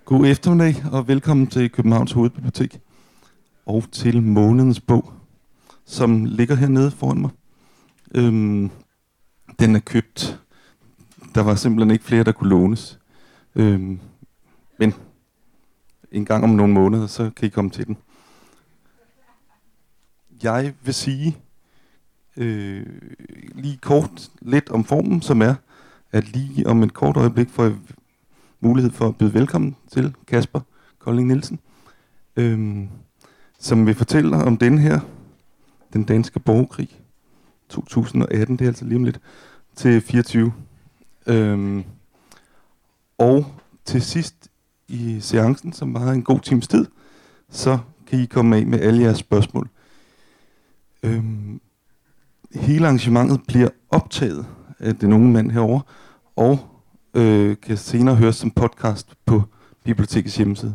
God eftermiddag og velkommen til Københavns Hovedbibliotek og til månedens bog, som ligger hernede foran mig. Den er købt. Der var simpelthen ikke flere, der kunne lånes. Men en gang om nogle måneder, så kan I komme til den. Jeg vil sige lige kort lidt om formen, som er, at lige om et kort øjeblik får jeg mulighed for at byde velkommen til Kasper Kolding Nielsen, som vil fortælle om den her, den danske borgerkrig 2018, det er altså lige om lidt, til 24. Og til sidst i seancen, som var en god times tid, så kan I komme af med alle jeres spørgsmål. Hele arrangementet bliver optaget af den unge mand herovre, og kan senere høres som podcast på bibliotekets hjemmeside.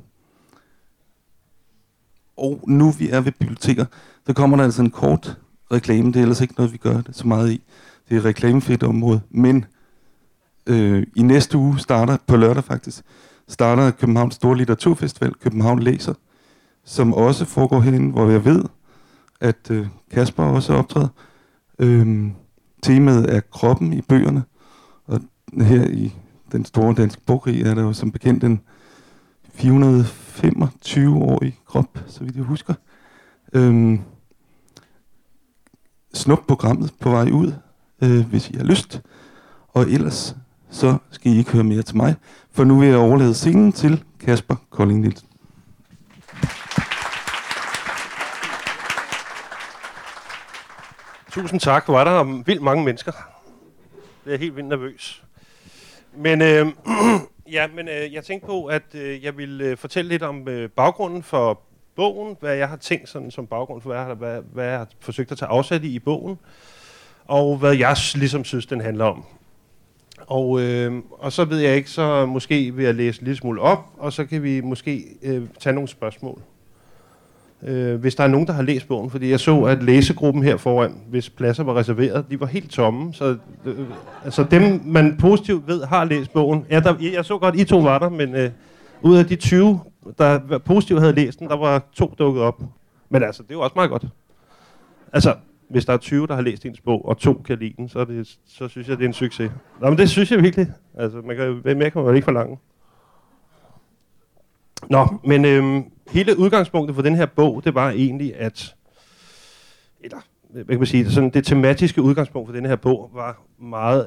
Og nu vi er ved biblioteker, så kommer der altså en kort reklame. Det er ellers ikke noget, vi gør det så meget i. Det er et reklamefrit område. Men i næste uge starter, på lørdag faktisk, starter Københavns Store Litteraturfestival, København Læser, som også foregår herinde, hvor jeg ved, at Kasper også optræder. Temaet er kroppen i bøgerne, og her i den store danske borgerkrig er der jo som bekendt en 425-årig krop, så vidt jeg husker. Snup programmet på vej ud, hvis I har lyst. Og ellers så skal I ikke høre mere til mig, for nu vil jeg overlade scenen til Kasper Kolding Nielsen. Tusind tak. Hvor er der vildt mange mennesker. Det er helt vildt nervøs. Men jeg tænkte på, at jeg ville fortælle lidt om baggrunden for bogen, hvad jeg har tænkt sådan, som baggrund for, hvad jeg har forsøgt at tage afsæt i bogen, og hvad jeg ligesom synes, den handler om. Og så ved jeg ikke, så måske vil jeg læse en lille smule op, og så kan vi måske tage nogle spørgsmål. Hvis der er nogen, der har læst bogen, fordi jeg så, at læsegruppen her foran, hvis pladser var reserveret, de var helt tomme, så altså dem, man positivt ved, har læst bogen. Jeg så godt, I to var der, men ud af de 20, der positivt havde læst den, der var 2 dukket op. Men altså, det er jo også meget godt. Altså, hvis der er 20, der har læst ens bog, og 2 kan lide den, så synes jeg, det er en succes. Nå, men det synes jeg virkelig. Altså, mere kan man ikke forlange. Nå, men hele udgangspunktet for den her bog, det var egentlig, hvad kan man sige, sådan det tematiske udgangspunkt for den her bog var meget,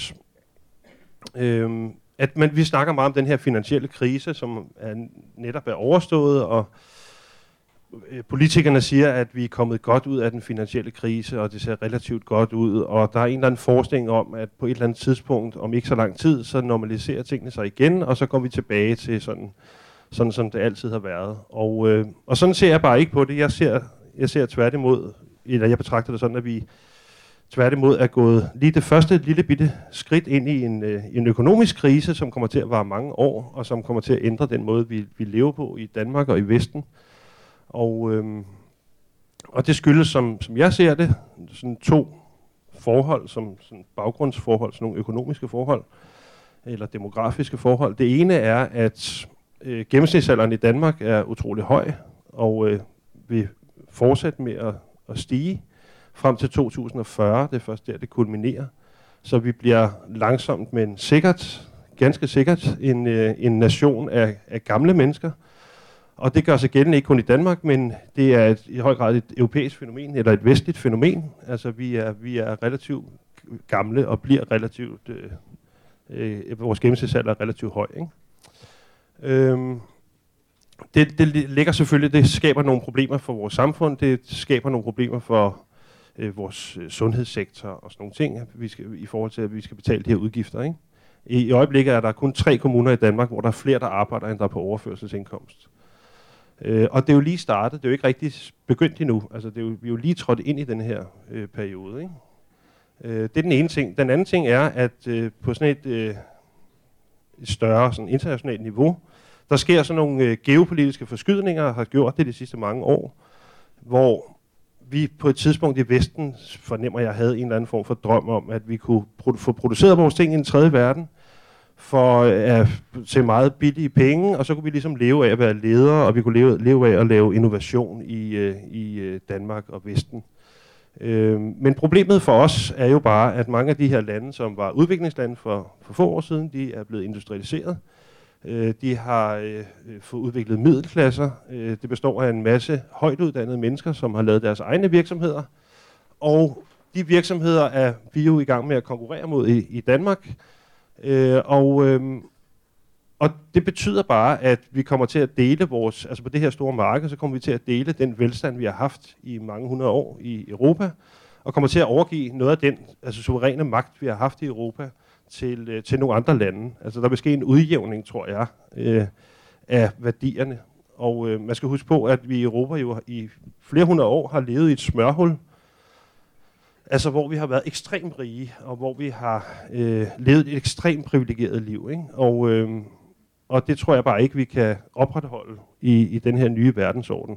at vi snakker meget om den her finansielle krise, som netop er overstået, og politikerne siger, at vi er kommet godt ud af den finansielle krise, og det ser relativt godt ud, og der er en eller anden forskning om, at på et eller andet tidspunkt, om ikke så lang tid, så normaliserer tingene sig igen, og så går vi tilbage til sådan som det altid har været. Og sådan ser jeg bare ikke på det. Jeg ser tværtimod, eller jeg betragter det sådan, at vi tværtimod er gået lige det første lille bitte skridt ind i en økonomisk krise, som kommer til at vare mange år, og som kommer til at ændre den måde, vi lever på i Danmark og i Vesten. Og det skyldes, som jeg ser det, sådan 2 forhold, som sådan baggrundsforhold, sådan nogle økonomiske forhold, eller demografiske forhold. Det ene er, at gennemsnitsalderen i Danmark er utrolig høj, og vil fortsætte med at stige frem til 2040. Det er først der, det kulminerer. Så vi bliver langsomt, men ganske sikkert, en nation af gamle mennesker. Og det gør sig gældende ikke kun i Danmark, men det er i høj grad et europæisk fænomen, eller et vestligt fænomen. Altså vi er relativt gamle og bliver relativt, vores gennemsnitsalder er relativt høj, ikke? Det ligger selvfølgelig, det skaber nogle problemer for vores samfund, det skaber nogle problemer for vores sundhedssektor og sådan nogle ting, i forhold til, at vi skal betale de her udgifter, ikke? I øjeblikket er der kun 3 kommuner i Danmark, hvor der er flere, der arbejder, end der er på overførselsindkomst. Og det er jo lige startet, det er jo ikke rigtig begyndt endnu, altså vi er jo lige trådt ind i den her periode, ikke? Det er den ene ting. Den anden ting er, at på sådan et større sådan internationalt niveau, der sker sådan nogle geopolitiske forskydninger, har gjort det de sidste mange år, hvor vi på et tidspunkt i Vesten, fornemmer jeg, havde en eller anden form for drøm om, at vi kunne få produceret vores ting i den tredje verden, til meget billige penge, og så kunne vi ligesom leve af at være ledere, og vi kunne leve af at lave innovation i Danmark og Vesten. Men problemet for os er jo bare, at mange af de her lande, som var udviklingslande for få år siden, de er blevet industrialiseret. De har fået udviklet middelklasser. Det består af en masse højtuddannede mennesker, som har lavet deres egne virksomheder. Og de virksomheder er vi jo i gang med at konkurrere mod i Danmark. Og det betyder bare, at vi kommer til at dele altså på det her store marked, så kommer vi til at dele den velstand, vi har haft i mange hundrede år i Europa, og kommer til at overgive noget af den suveræne magt, vi har haft i Europa, til nogle andre lande. Altså der vil ske en udjævning, tror jeg, af værdierne. Og man skal huske på, at vi i Europa jo i flere hundrede år har levet i et smørhul, altså hvor vi har været ekstremt rige, og hvor vi har levet et ekstremt privilegeret liv, ikke? Og det tror jeg bare ikke, vi kan opretholde i den her nye verdensorden.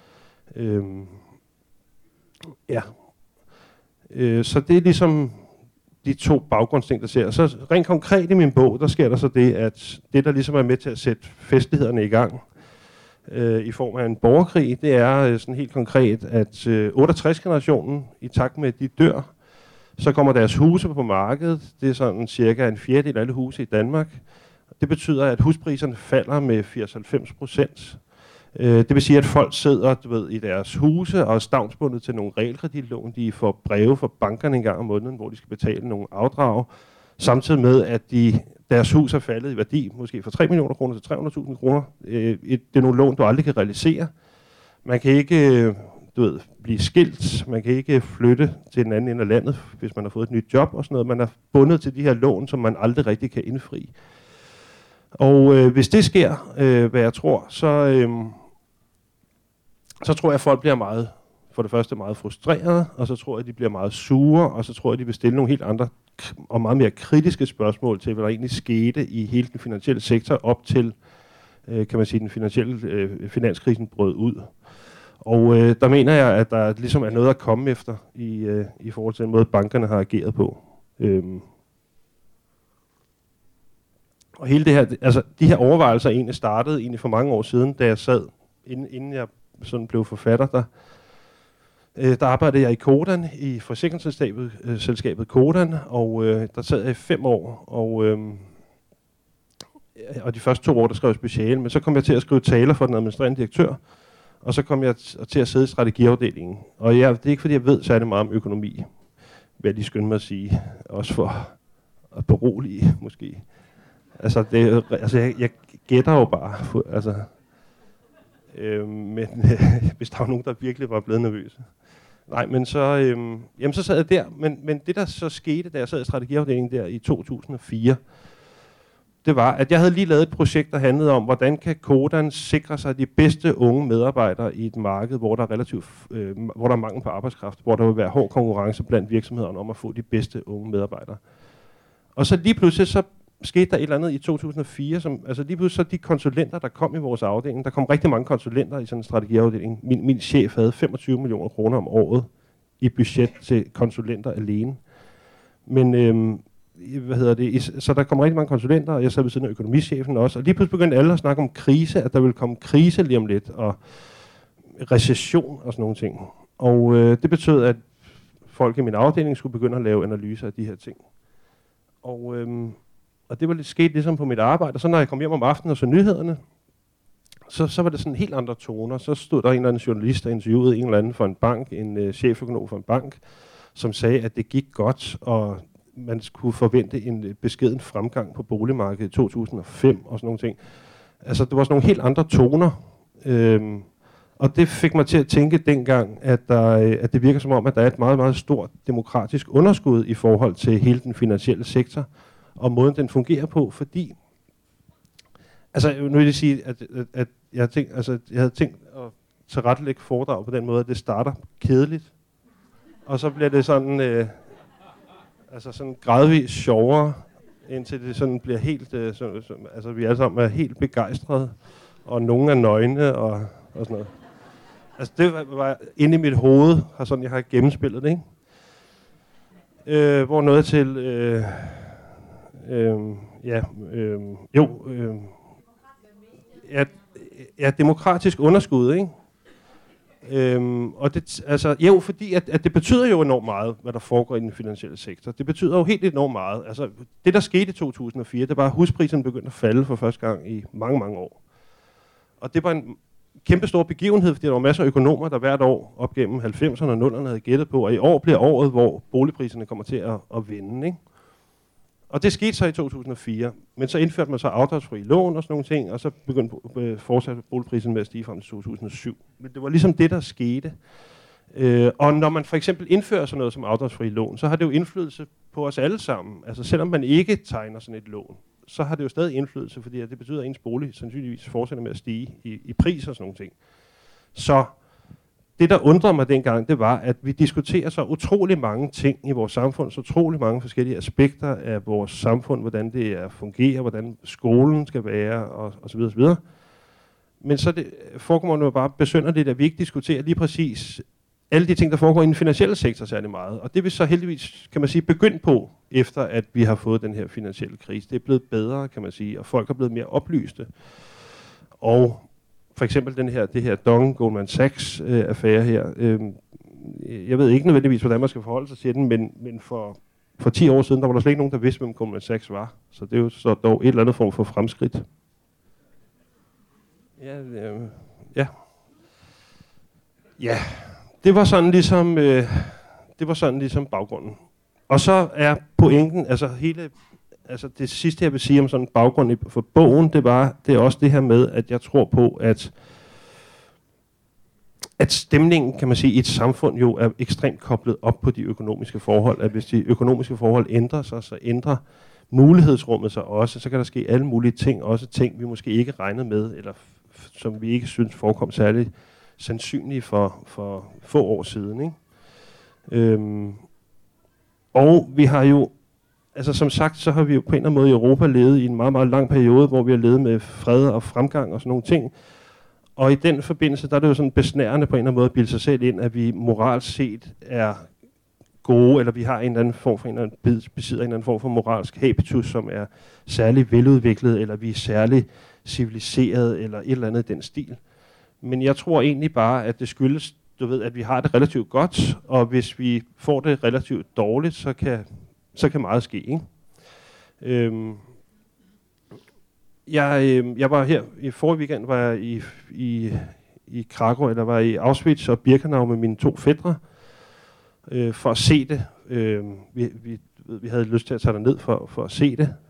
Så det er ligesom de to baggrundsting, der ser. Så rent konkret i min bog, der sker der så det, at det, der ligesom er med til at sætte festlighederne i gang, i form af en borgerkrig, det er sådan helt konkret, at 68-generationen, i takt med at de dør, så kommer deres huse på markedet. Det er sådan cirka en fjerdedel af alle huse i Danmark. Det betyder, at huspriserne falder med 80-90%. Det vil sige, at folk sidder i deres huse og er stavnsbundet til nogle realkreditlån. De får breve fra bankerne en gang om måneden, hvor de skal betale nogle afdrag. Samtidig med, at deres hus er faldet i værdi, måske fra 3 millioner kroner til 300.000 kroner. Det er nogle lån, du aldrig kan realisere. Man kan ikke blive skilt, man kan ikke flytte til den anden ende af landet, hvis man har fået et nyt job og sådan noget. Man er bundet til de her lån, som man aldrig rigtig kan indfri. Og hvis det sker, hvad jeg tror, så tror jeg, at folk bliver for det første meget frustrerede, og så tror jeg, at de bliver meget sure, og så tror jeg, at de vil stille nogle helt andre og meget mere kritiske spørgsmål til, hvad der egentlig skete i hele den finansielle sektor op til, kan man sige, den finansielle finanskrisen brød ud. Og der mener jeg, at der ligesom er noget at komme efter i forhold til den måde, bankerne har ageret på. Og hele det her, altså de her overvejelser egentlig startede for mange år siden, da jeg sad, inden jeg sådan blev forfatter, der arbejdede jeg i Codan, i forsikringsselskabet Codan, og der sad jeg i 5 år, og de første 2 år, der skrev jeg speciale, men så kom jeg til at skrive taler for den administrerende direktør, og så kom jeg til at sidde i strategiafdelingen. Og det er ikke fordi, jeg ved særlig meget om økonomi, vil jeg lige skynde mig at sige, også for at berolige måske. Altså, jeg gætter jo bare, men hvis der var nogen, der virkelig var blevet nervøse. Nej, men så sad jeg der, men det der så skete, da jeg sad i strategiafdelingen der i 2004, det var, at jeg havde lige lavet et projekt, der handlede om, hvordan kan Codan sikre sig de bedste unge medarbejdere i et marked, hvor der er hvor der er mangel på arbejdskraft, hvor der vil være hård konkurrence blandt virksomhederne om at få de bedste unge medarbejdere. Og så lige pludselig så skete der et eller andet i 2004, lige pludselig så de konsulenter, der kom i vores afdeling, der kom rigtig mange konsulenter i sådan en strategiafdeling. Min chef havde 25 millioner kroner om året i budget til konsulenter alene. Men så der kom rigtig mange konsulenter, og jeg sad ved siden af økonomichefen også, og lige pludselig begyndte alle at snakke om krise, at der ville komme krise lige om lidt, og recession og sådan nogle ting. Og det betød, at folk i min afdeling skulle begynde at lave analyser af de her ting. Og det var sket ligesom på mit arbejde, og så når jeg kom hjem om aftenen og så nyhederne, så var det sådan helt andre toner. Så stod der en eller anden journalist, der interviewede en eller anden for en bank, en cheføkonom for en bank, som sagde, at det gik godt, og man skulle forvente en beskeden fremgang på boligmarkedet i 2005 og sådan nogle ting. Altså, det var sådan nogle helt andre toner. Og det fik mig til at tænke dengang, at det virker som om, at der er et meget, meget stort demokratisk underskud i forhold til hele den finansielle sektor, og måden den fungerer på, fordi altså nu vil jeg sige, at jeg havde tænkt at tilrettelægge foredrag på den måde, at det starter kedeligt, og så bliver det sådan sådan gradvist sjovere, indtil det sådan bliver helt vi alle sammen er helt begejstrede, og nogen er nøgne og sådan noget. Altså det var inde i mit hoved, jeg har gennemspillet det, ikke? Hvor noget til Demokratisk underskud, ikke? Og det, altså, fordi at det betyder jo enormt meget, hvad der foregår i den finansielle sektor. Det betyder jo helt enormt meget. Altså, det, der skete i 2004, det var, at huspriserne begyndte at falde for første gang i mange, mange år. Og det var en kæmpe stor begivenhed, fordi der var masser af økonomer, der hvert år op gennem 90'erne og 00'erne havde gættet på, at i år bliver året, hvor boligpriserne kommer til at vinde, ikke? Og det skete så i 2004, men så indførte man så afdragsfri lån og sådan nogle ting, og så begyndte fortsatte boligprisen med at stige frem til 2007. Men det var ligesom det, der skete. Og når man for eksempel indfører sådan noget som afdragsfri lån, så har det jo indflydelse på os alle sammen. Altså selvom man ikke tegner sådan et lån, så har det jo stadig indflydelse, fordi det betyder, at ens bolig sandsynligvis fortsætter med at stige i pris og sådan nogle ting. Så det, der undrede mig dengang, det var, at vi diskuterer så utrolig mange ting i vores samfund, så utrolig mange forskellige aspekter af vores samfund, hvordan det fungerer, hvordan skolen skal være, og så videre, så videre. Men så forekommer det jo bare besynderligt, at vi ikke diskuterer lige præcis alle de ting, der foregår i den finansielle sektor særlig meget. Og det vil så heldigvis, kan man sige, begynde på, efter at vi har fået den her finansielle krise. Det er blevet bedre, kan man sige, og folk er blevet mere oplyste. Og for eksempel det her Goldman Sachs affære her. Jeg ved ikke nødvendigvis, hvordan man skal forholde sig til den, men for 10 år siden, der var der slet ikke nogen, der vidste, hvem Goldman Sachs var. Så det er jo så dog et eller andet form for fremskridt. Ja, det var sådan ligesom baggrunden. Og så er pointen, altså det sidste jeg vil sige om sådan en baggrund for bogen, det er også det her med, at jeg tror på, at stemningen, kan man sige, i et samfund jo er ekstremt koblet op på de økonomiske forhold. At hvis de økonomiske forhold ændrer sig, så ændrer mulighedsrummet sig også. Så kan der ske alle mulige ting, også ting vi måske ikke regnede med, eller som vi ikke synes forekom særligt sandsynlige for få år siden, ikke? Og vi har jo, altså som sagt, så har vi jo på en eller anden måde i Europa levet i en meget, meget lang periode, hvor vi har levet med fred og fremgang og sådan nogle ting. Og i den forbindelse, der er det jo sådan besnærende på en eller anden måde at bilde sig selv ind, at vi moralsk set er gode, eller vi har en eller anden form for besidder en eller anden form for moralsk habitus, som er særlig veludviklet, eller vi er særlig civiliseret, eller et eller andet i den stil. Men jeg tror egentlig bare, at det skyldes, at vi har det relativt godt, og hvis vi får det relativt dårligt, så kan meget ske, ikke? Jeg var her i forrige weekend, var jeg i Krakow, eller var i Auschwitz og Birkenau med mine 2 fætre, for at se det. Vi havde lyst til at tage derned for at se det,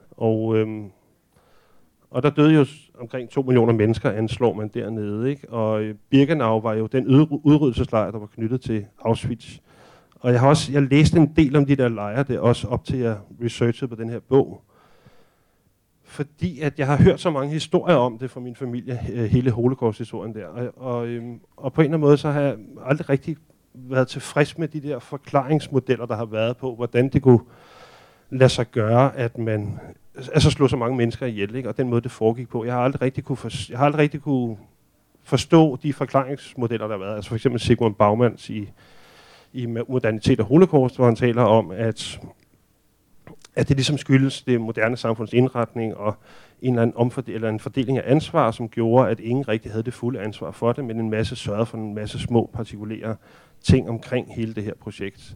og der døde jo omkring 2 millioner mennesker, anslår man dernede, ikke? Og Birkenau var jo den udryddelseslejr, der var knyttet til Auschwitz. Og jeg læste en del om de der lejre, det er også op til, at jeg researchede på den her bog. Fordi at jeg har hørt så mange historier om det fra min familie, hele holocaust-historien der. Og på en eller anden måde, så har jeg aldrig rigtig været tilfreds med de der forklaringsmodeller, der har været på, hvordan det kunne lade sig gøre, at man slå så mange mennesker ihjel, ikke? Og den måde, det foregik på. Jeg har aldrig rigtig kunne forstå de forklaringsmodeller, der har været. Altså for eksempel Sigmund Baumanns i Modernitet og Holocaust, hvor han taler om, at det ligesom skyldes det moderne samfunds indretning og en eller anden fordeling af ansvar, som gjorde, at ingen rigtig havde det fulde ansvar for det, men en masse sørgede for en masse små partikulære ting omkring hele det her projekt.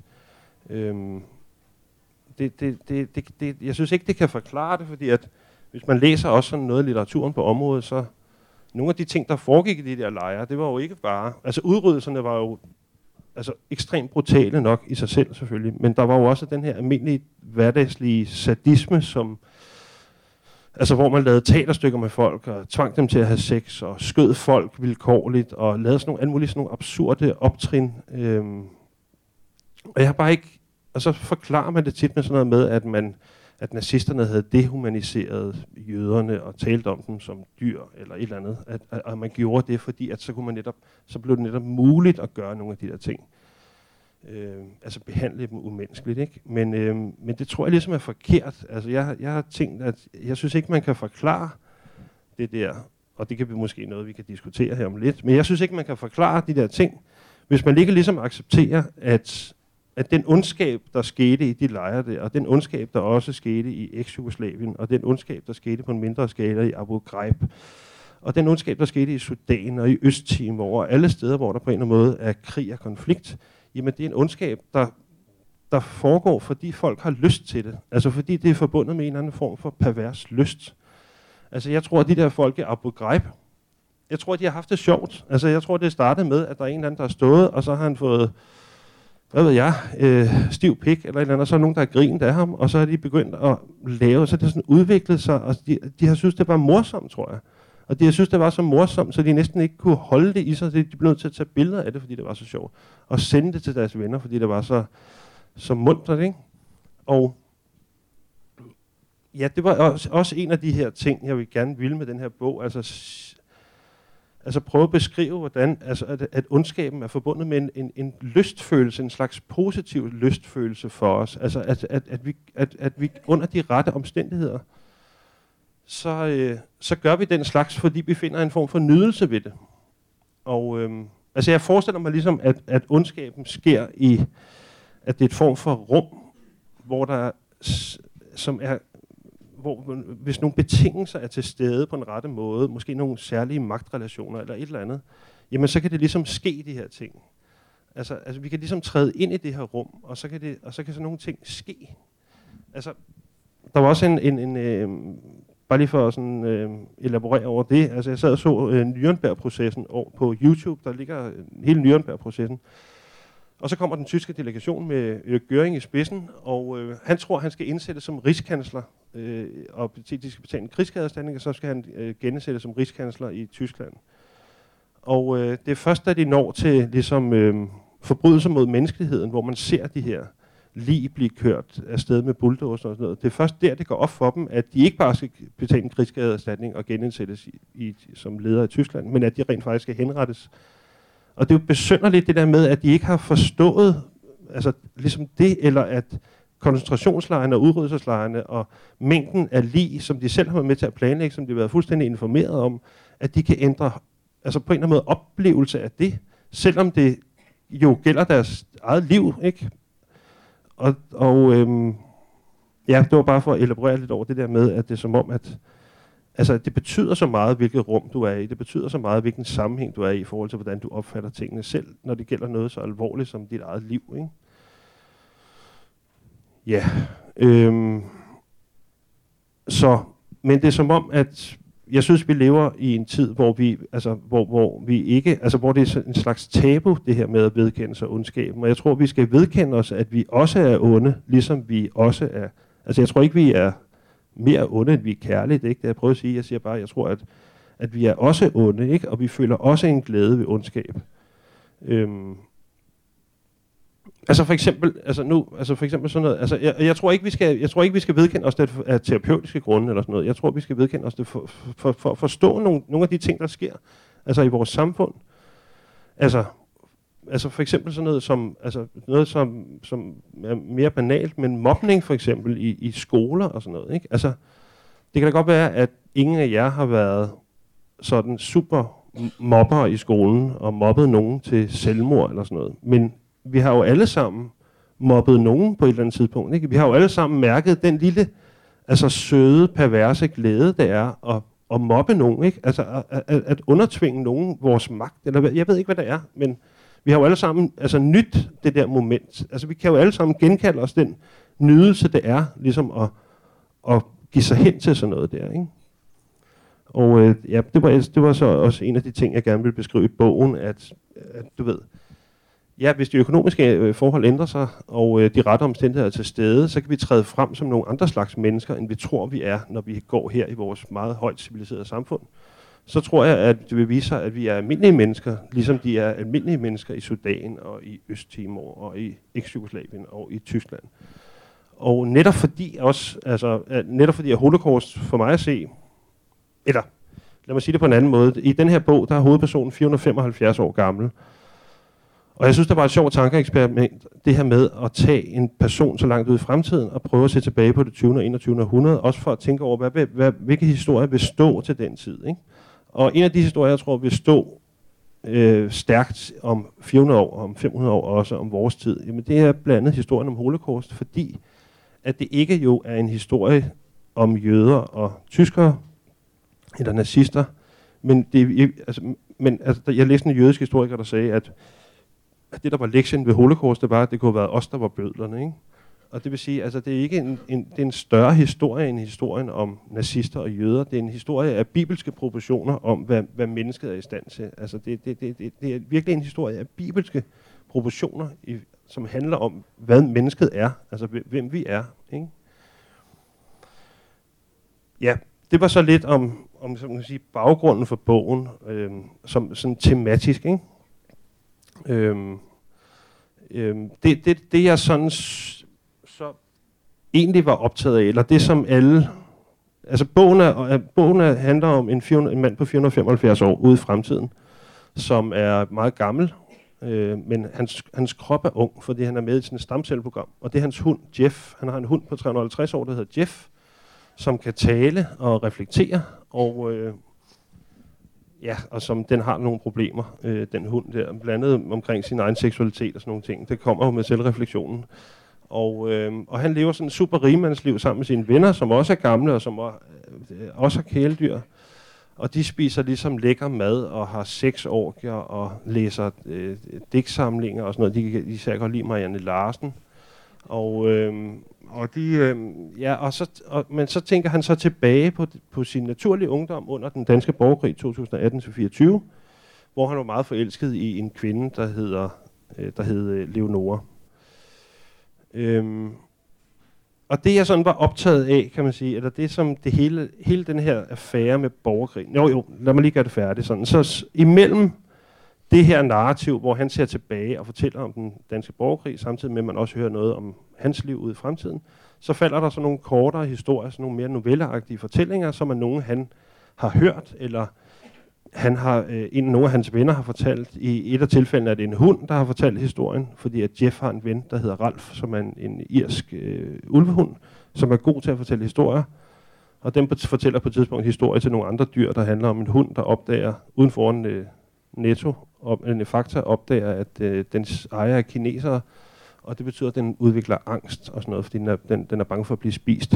Jeg synes ikke, det kan forklare det, fordi at hvis man læser også sådan noget af litteraturen på området, så nogle af de ting, der foregik i de der lejre, det var jo ikke bare, altså udryddelserne var jo ekstremt brutale nok i sig selv selvfølgelig, men der var jo også den her almindelige hverdagslige sadisme, som, hvor man lavede teaterstykker med folk og tvang dem til at have sex og skød folk vilkårligt og lavede sådan nogle absurde optrin. Og jeg har bare ikke, og så forklarer man det tit med sådan noget med, at nazisterne havde dehumaniseret jøderne og talt om dem som dyr eller et eller andet. At man gjorde det, fordi at så blev det netop muligt at gøre nogle af de der ting. Behandle dem umenneskeligt, ikke? Men det tror jeg ligesom er forkert. Altså jeg har tænkt, at jeg synes ikke, man kan forklare det der, og det kan vi måske noget, vi kan diskutere her om lidt, men jeg synes ikke, man kan forklare de der ting, hvis man ikke ligesom accepterer, at den ondskab, der skete i de lejre der, og den ondskab, der også skete i eks-Jugoslavien, og den ondskab, der skete på en mindre skala i Abu Ghraib, og den ondskab, der skete i Sudan og i Østtimor, og alle steder, hvor der på en eller anden måde er krig og konflikt, jamen det er en ondskab, der foregår, fordi folk har lyst til det. Altså fordi det er forbundet med en eller anden form for pervers lyst. Altså jeg tror, at de der folk i Abu Ghraib, jeg tror, de har haft det sjovt. Altså jeg tror, det startede med, at der er en eller anden, der har stået, og så har han fået, hvad ved jeg, stiv pik eller et eller andet, og så er nogen, der har grint af ham, og så er de begyndt at lave, så det sådan udviklet sig, og de har synes, det var morsomt, tror jeg. Og de har synes, det var så morsomt, så de næsten ikke kunne holde det i sig, så de blev nødt til at tage billeder af det, fordi det var så sjovt, og sende det til deres venner, fordi det var så muntert, ikke? Og ja, det var også en af de her ting, jeg vil gerne ville med den her bog, altså prøve at beskrive, hvordan at ondskaben er forbundet med en lystfølelse, en slags positiv lystfølelse for os. Altså at vi under de rette omstændigheder, så gør vi den slags, fordi vi finder en form for nydelse ved det. Og altså jeg forestiller mig ligesom, at ondskaben sker i, at det er et form for rum, hvor der hvor hvis nogle betingelser er til stede på en rette måde, måske nogle særlige magtrelationer eller et eller andet, jamen så kan det ligesom ske de her ting. Altså vi kan ligesom træde ind i det her rum, og så kan sådan nogle ting ske. Altså der var også bare lige for at sådan, elaborere over det, altså jeg sad og så Nürnberg-processen på YouTube, der ligger hele Nürnberg-processen. Og så kommer den tyske delegation med Göring i spidsen, og han tror, han skal indsættes som rigskansler, og de skal betale en krigsskadeerstatning, og så skal han genindsættes som rigskansler i Tyskland. Og det er først, da de når til ligesom, forbrydelser mod menneskeligheden, hvor man ser de her lig blive kørt afsted med bulldozer og sådan noget. Det er først der, det går op for dem, at de ikke bare skal betale en krigsskadeerstatning og genindsættes som leder i Tyskland, men at de rent faktisk skal henrettes. Og det er jo besynderligt det der med, at de ikke har forstået altså ligesom det, eller at koncentrationslejrene og udryddelseslejrene og mængden af lig, som de selv har været med til at planlægge, som de har været fuldstændig informeret om, at de kan ændre altså på en eller anden måde oplevelse af det, selvom det jo gælder deres eget liv, ikke? Ja, det var bare for at elaborere lidt over det der med, at det er som om, at altså, det betyder så meget, hvilket rum du er i. Det betyder så meget, hvilken sammenhæng du er i forhold til, hvordan du opfatter tingene selv, når det gælder noget så alvorligt som dit eget liv, ikke? Ja. Men det er som om, at jeg synes, vi lever i en tid, hvor vi ikke, altså hvor det er en slags tabu, det her med at vedkende sig ondskaben. Og jeg tror, vi skal vedkende os, at vi også er onde, ligesom vi også er. Altså jeg tror ikke, vi er mere onde, end vi er kærlige. Det er ikke det, jeg prøver at sige. Jeg siger bare, jeg tror, at vi er også onde, ikke? Og vi føler også en glæde ved ondskab. Altså for eksempel sådan noget. Altså jeg tror ikke vi skal vedkende os det af terapeutiske grunde eller sådan noget. Jeg tror vi skal vedkende os det for at forstå nogle af de ting der sker, altså i vores samfund. Altså for eksempel sådan noget som er mere banalt, men mobning for eksempel i skoler og sådan noget, ikke? Altså det kan da godt være, at ingen af jer har været sådan super mobber i skolen og mobbet nogen til selvmord eller sådan noget, men vi har jo alle sammen mobbet nogen på et eller andet tidspunkt, ikke? Vi har jo alle sammen mærket den lille, altså søde, perverse glæde, det er at mobbe nogen, ikke? Altså at undertvinge nogen vores magt, eller jeg ved ikke, hvad det er, men vi har jo alle sammen altså nyt det der moment. Altså vi kan jo alle sammen genkalde os den nydelse, det er, ligesom at give sig hen til sådan noget der, ikke? Og ja, det var så også en af de ting, jeg gerne vil beskrive i bogen, at du ved, ja, hvis de økonomiske forhold ændrer sig, og de rette omstændigheder er til stede, så kan vi træde frem som nogle andre slags mennesker, end vi tror, vi er, når vi går her i vores meget højt civiliserede samfund. Så tror jeg, at det vil vise sig, at vi er almindelige mennesker, ligesom de er almindelige mennesker i Sudan og i Østtimor og i eks-Jugoslavien og i Tyskland. Og netop fordi at Holocaust for mig at se, eller lad mig sige det på en anden måde, i den her bog, der er hovedpersonen 475 år gammel. Og jeg synes, der var et sjovt tankeeksperiment, det her med at tage en person så langt ud i fremtiden og prøve at se tilbage på det 20. og 21. århundrede, også for at tænke over, hvilke historier vil stå til den tid, ikke? Og en af de historier, jeg tror, vil stå stærkt om 400 år, om 500 år også om vores tid, jamen det er blandt andet historien om Holocaust, fordi at det ikke jo er en historie om jøder og tyskere, eller nazister, men jeg læste en jødisk historiker, der sagde, at det, der var lektien ved Holocaust, det var, at det kunne have været os, der var bødlerne, ikke? Og det vil sige, altså det er ikke det er en større historie end historien om nazister og jøder. Det er en historie af bibelske proportioner om, hvad mennesket er i stand til. Altså det er virkelig en historie af bibelske proportioner, som handler om, hvad mennesket er. Altså hvem vi er, ikke? Ja, det var så lidt om som man kan sige, baggrunden for bogen, som sådan tematisk, ikke? Det jeg sådan så egentlig var optaget af, eller det som alle, altså bogen handler om en mand på 475 år ude i fremtiden, som er meget gammel, men hans krop er ung, fordi han er med i sådan et stamcelleprogram, og det er hans hund Jeff. Han har en hund på 350 år, der hedder Jeff, som kan tale og reflektere, og og som den har nogle problemer, den hund der, blandt andet omkring sin egen seksualitet og sådan nogle ting. Det kommer jo med selvreflektionen. Og han lever sådan en super rigmandsliv sammen med sine venner, som også er gamle og som også har kæledyr. Og de spiser ligesom lækker mad og har sexorgier og læser digtsamlinger og sådan noget. De især godt lide Marianne Larsen. Men så tænker han så tilbage på sin naturlige ungdom under den danske borgerkrig 2018-24, hvor han var meget forelsket i en kvinde, der hed Leonora. Og det jeg sådan var optaget af, kan man sige, eller det som det hele den her affære med borgerkrigen. Jo, lad mig lige gøre det færdigt sådan. Så imellem det her narrativ, hvor han ser tilbage og fortæller om den danske borgerkrig, samtidig med at man også hører noget om hans liv ude i fremtiden, så falder der sådan nogle kortere historier, sådan nogle mere novelleagtige fortællinger, som er nogen han har hørt, eller nogle af hans venner har fortalt. I et af tilfældene er det en hund, der har fortalt historien, fordi at Jeff har en ven, der hedder Ralf, som er en irsk ulvehund, som er god til at fortælle historier. Og den fortæller på et tidspunkt historie til nogle andre dyr, der handler om en hund, der opdager uden foran Netto, Fakta opdager, at dens ejer er kinesere, og det betyder, at den udvikler angst og sådan noget, fordi den er bange for at blive spist.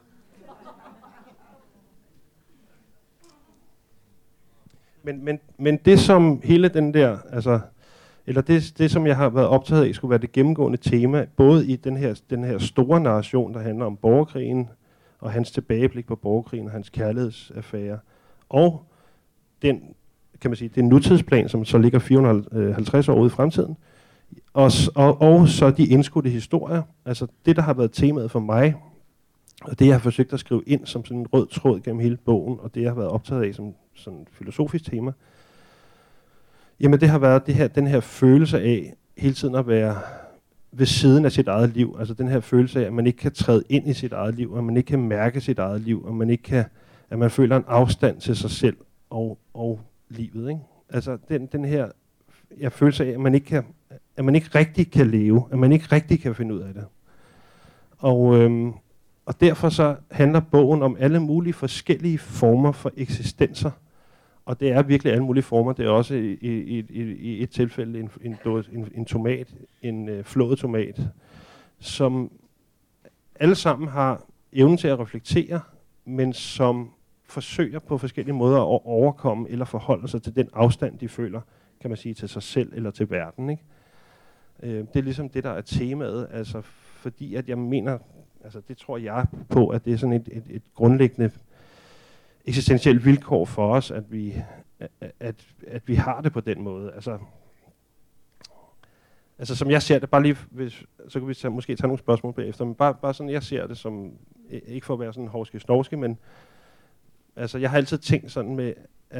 Men det som hele den der, altså, eller det som jeg har været optaget af, skulle være det gennemgående tema, både i den her store narration, der handler om borgerkrigen, og hans tilbageblik på borgerkrigen, og hans kærlighedsaffære, og den, kan man sige, det nutidsplan, som så ligger 450 år ude i fremtiden, og så de indskudte historier, altså det, der har været temaet for mig, og det, jeg har forsøgt at skrive ind som sådan en rød tråd gennem hele bogen, og det, jeg har været optaget af som sådan et filosofisk tema, jamen det har været den her følelse af hele tiden at være ved siden af sit eget liv, altså den her følelse af, at man ikke kan træde ind i sit eget liv, at man ikke kan mærke sit eget liv, at man føler en afstand til sig selv og livet, ikke? Altså den her følelse af, at man ikke rigtig kan leve, at man ikke rigtig kan finde ud af det. Og derfor så handler bogen om alle mulige forskellige former for eksistenser. Og det er virkelig alle mulige former. Det er også i et tilfælde en tomat, en flået tomat, som alle sammen har evnen til at reflektere, men som forsøger på forskellige måder at overkomme eller forholde sig til den afstand, de føler, kan man sige, til sig selv eller til verden, ikke? Det er ligesom det, der er temaet, altså fordi at jeg mener, altså det tror jeg på, at det er sådan et grundlæggende eksistentielt vilkår for os, at vi har det på den måde. Altså som jeg ser det, bare lige, så kan vi måske tage nogle spørgsmål bagefter, men bare sådan, jeg ser det som, ikke for at være sådan hovske-snovske, men altså jeg har altid tænkt sådan med,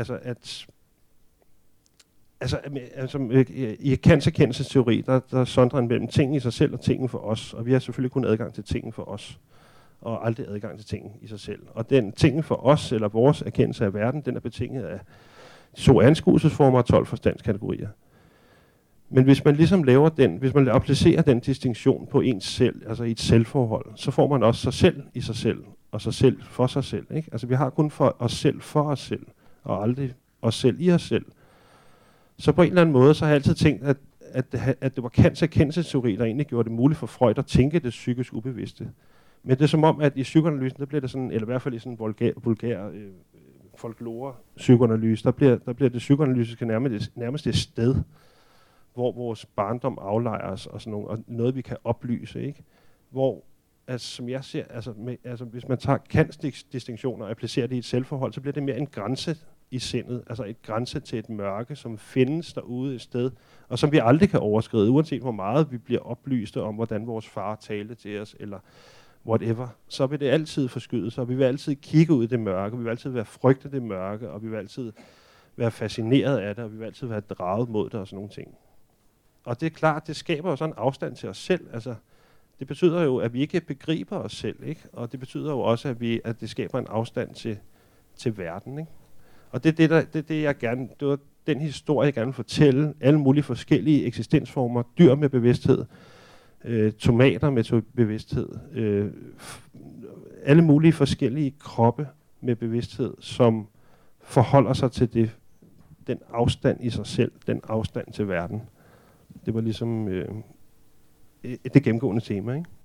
i Kants erkendelsesteori, der sondrer han mellem ting i sig selv og tingen for os, og vi har selvfølgelig kun adgang til tingen for os, og aldrig adgang til tingen i sig selv. Og den tingen for os, eller vores erkendelse af verden, den er betinget af 2 anskuelsesformer og 12 forstandskategorier. Men hvis man ligesom hvis man applicerer den distinktion på ens selv, altså i et selvforhold, så får man også sig selv i sig selv, og sig selv for sig selv, ikke? Altså vi har kun for os selv, og aldrig os selv i os selv. Så på en eller anden måde, så har jeg altid tænkt, at det var Kants erkendelsesteori, der egentlig gjorde det muligt for Freud at tænke det psykisk ubevidste. Men det er som om, at i psykoanalysen, der bliver det sådan, eller i hvert fald i sådan en vulgær folklore-psykoanalyse, der bliver det psykoanalytiske nærmest et sted, hvor vores barndom aflejres og sådan noget vi kan oplyse, ikke? Hvor, altså, som jeg ser, hvis man tager Kants distinktioner og applicerer det i et selvforhold, så bliver det mere en grænse i sindet, altså et grænse til et mørke, som findes derude et sted, og som vi aldrig kan overskride, uanset hvor meget vi bliver oplyste om, hvordan vores far talte til os, eller whatever, så vil det altid forskyde sig, og vi vil altid kigge ud i det mørke, vi vil altid være frygte det mørke, og vi vil altid være fascineret af det, og vi vil altid være draget mod det og sådan nogle ting. Og det er klart, det skaber jo sådan en afstand til os selv, altså det betyder jo, at vi ikke begriber os selv, ikke? Og det betyder jo også, at det skaber en afstand til verden, ikke? Og det var den historie, jeg gerne vil fortælle. Alle mulige forskellige eksistensformer, dyr med bevidsthed, tomater med bevidsthed, alle mulige forskellige kroppe med bevidsthed, som forholder sig til den afstand i sig selv, den afstand til verden. Det var ligesom det gennemgående tema, ikke?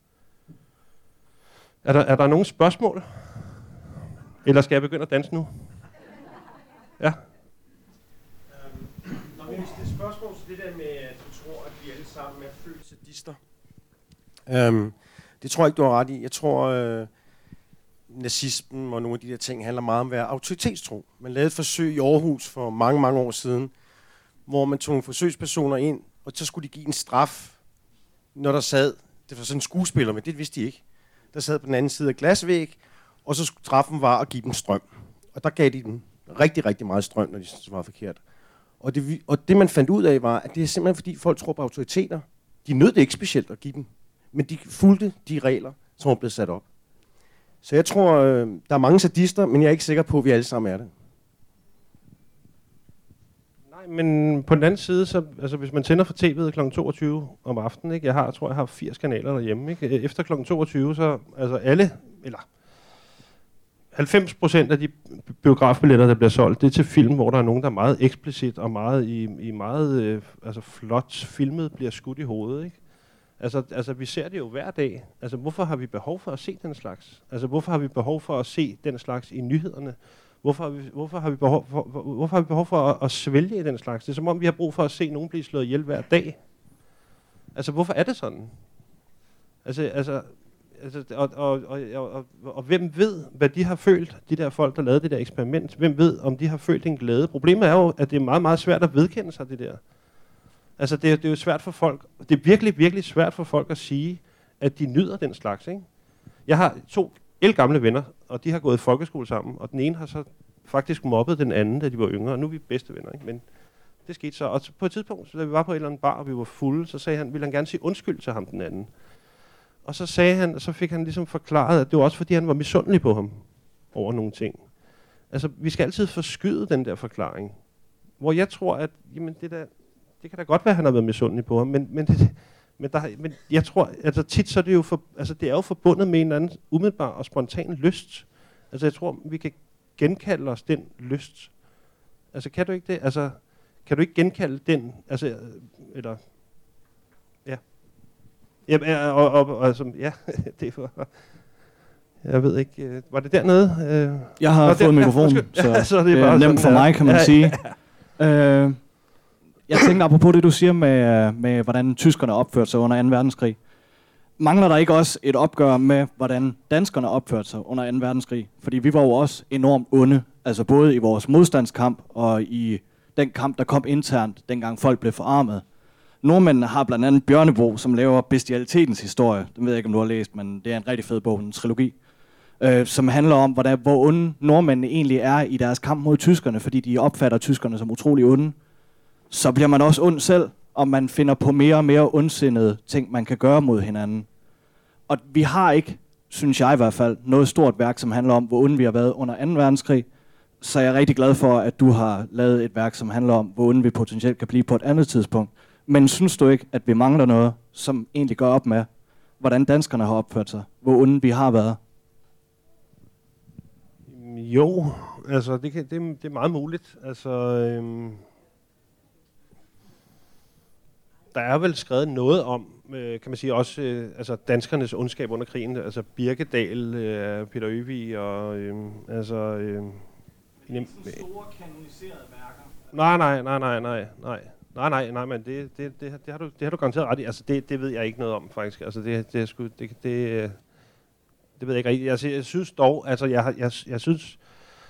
Er der nogen spørgsmål? Eller skal jeg begynde at danse nu? Ja. Hvis det er spørgsmål til det der med, at du tror, at vi alle sammen er født sadister. Det tror jeg ikke, du har ret i. Jeg tror, nazismen og nogle af de der ting handler meget om at være autoritetstro. Man lavede et forsøg i Aarhus for mange, mange år siden, hvor man tog nogle forsøgspersoner ind, og så skulle de give en straf, når der sad, det var sådan en skuespiller, men det vidste de ikke, der sad på den anden side af glasvæg, og så straffen var at give dem strøm. Og der gav de dem rigtig, rigtig meget strøm, når de syntes, det var forkert. Og det man fandt ud af var, at det er simpelthen fordi folk tror på autoriteter. De nød det ikke specielt at give dem, men de fulgte de regler, som er blevet sat op. Så jeg tror, der er mange sadister, men jeg er ikke sikker på, at vi alle sammen er det. Nej, men på den anden side, så, altså, hvis man tænder for tv'et kl. 22 om aftenen, ikke? Jeg tror, jeg har 80 kanaler derhjemme, ikke? Efter kl. 22, så altså alle, eller 90% af de biografbilletter, der bliver solgt, det er til film, hvor der er nogen, der er meget eksplicit og meget i meget flot filmet bliver skudt i hovedet, ikke? Altså, vi ser det jo hver dag. Altså, hvorfor har vi behov for at se den slags? Altså, hvorfor har vi behov for at se den slags i nyhederne? Hvorfor har vi behov for at svælge i den slags? Det er som om, vi har brug for at se nogen blive slået ihjel hver dag. Altså, hvorfor er det sådan? Og hvem ved, hvad de har følt, de der folk, der lavede det der eksperiment? Hvem ved, om de har følt en glæde? Problemet er jo, at det er meget, meget svært at vedkende sig det der. Altså, det er jo svært for folk. Det er virkelig, virkelig svært for folk at sige, at de nyder den slags, ikke? Jeg har 2 ældgamle venner, og de har gået i folkeskole sammen, og den ene har så faktisk mobbet den anden, da de var yngre, og nu er vi bedste venner, ikke? Men det skete så. Og på et tidspunkt, da vi var på et eller andet bar, og vi var fulde, så sagde han, ville han gerne sige undskyld til ham den anden. Og så sagde han, så fik han ligesom forklaret, at det var også fordi, han var misundelig på ham over nogle ting. Altså, vi skal altid forskyde den der forklaring. Hvor jeg tror, at jamen, det kan da godt være, at han har været misundelig på ham, men jeg tror, altså tit så er det jo det er jo forbundet med en eller anden umiddelbar og spontan lyst. Altså jeg tror, vi kan genkalde os den lyst. Altså kan du ikke det? Altså kan du ikke genkalde den? Altså eller ja. Det var. Jeg ved ikke, var det dernede? Jeg har fået mikrofonen, så det er bare nemt for mig, kan man sige. Jeg tænker apropos det, du siger med hvordan tyskerne opførte sig under 2. verdenskrig. Mangler der ikke også et opgør med, hvordan danskerne opførte sig under 2. verdenskrig? Fordi vi var jo også enormt onde, altså både i vores modstandskamp og i den kamp, der kom internt, dengang folk blev forarmet. Nordmændene har blandt andet Bjørneboe, som laver Bestialitetens historie. Den ved jeg ikke, om du har læst, men det er en rigtig fed bog, en trilogi. Som handler om, hvor onde nordmændene egentlig er i deres kamp mod tyskerne, fordi de opfatter tyskerne som utrolig onde. Så bliver man også ond selv, og man finder på mere og mere ondsindede ting, man kan gøre mod hinanden. Og vi har ikke, synes jeg i hvert fald, noget stort værk, som handler om, hvor onde vi har været under 2. verdenskrig. Så jeg er rigtig glad for, at du har lavet et værk, som handler om, hvor onde vi potentielt kan blive på et andet tidspunkt. Men synes du ikke, at vi mangler noget, som egentlig gør op med, hvordan danskerne har opført sig? Hvor onde vi har været? Jo, altså det er meget muligt. Altså, der er vel skrevet noget om, kan man sige, også altså danskernes ondskab under krigen, altså Birkedal, Peter Øvig og store kanoniserede værker. Nej, men det har du garanteret ret i. Altså det ved jeg ikke noget om faktisk. Altså det ved jeg ikke rigtigt. Altså, jeg synes dog, altså jeg synes,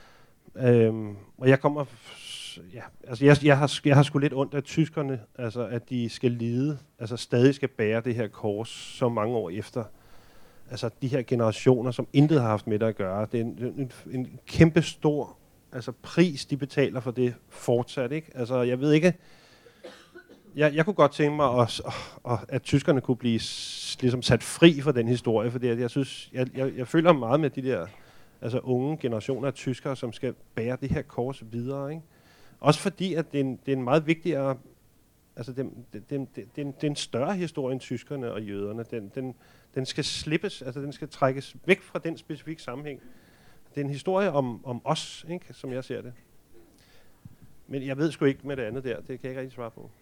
og jeg kommer, ja, altså jeg har sgu lidt ondt af tyskerne, altså at de skal lide, altså stadig skal bære det her kors så mange år efter. Altså de her generationer, som intet har haft med det at gøre. Det er en kæmpe stor altså pris, de betaler for det fortsat, ikke? Altså jeg ved ikke. Jeg kunne godt tænke mig, at tyskerne kunne blive ligesom sat fri for den historie, fordi jeg synes, jeg føler meget med de der altså unge generationer af tyskere, som skal bære det her kors videre, ikke? Også fordi, at det er en meget vigtigere, altså det er en større historie end tyskerne og jøderne. Den skal slippes, altså den skal trækkes væk fra den specifikke sammenhæng. Det er en historie om os, ikke, som jeg ser det. Men jeg ved sgu ikke med det andet der, det kan jeg ikke rigtig svare på.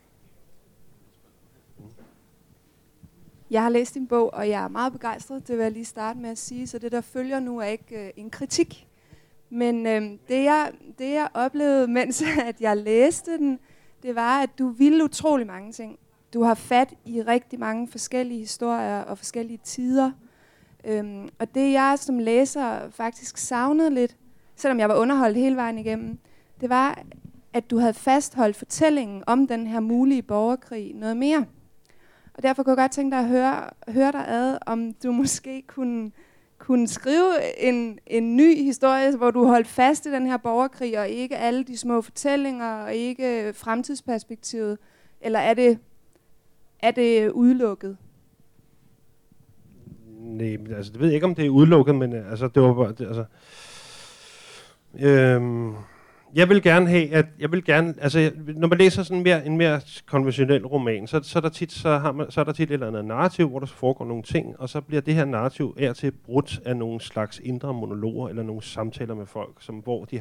Jeg har læst din bog, og jeg er meget begejstret, det vil jeg lige starte med at sige, så det der følger nu er ikke en kritik. Men det jeg oplevede, mens at jeg læste den, det var, at du ville utrolig mange ting. Du har fat i rigtig mange forskellige historier og forskellige tider. Og det jeg som læser faktisk savnede lidt, selvom jeg var underholdt hele vejen igennem, det var, at du havde fastholdt fortællingen om den her mulige borgerkrig noget mere. Og derfor kunne jeg godt tænke dig at høre dig ad, om du måske kunne skrive en ny historie, hvor du holdt fast i den her borgerkrig, og ikke alle de små fortællinger, og ikke fremtidsperspektivet. Eller er det udelukket? Nej, altså det ved jeg ikke, om det er udelukket, men altså det var bare, jeg vil gerne have, altså når man læser sådan en mere konventionel roman, så er der tit et eller andet narrativ, hvor der foregår nogle ting, og så bliver det her narrativ af til brudt af nogle slags indre monologer eller nogle samtaler med folk, som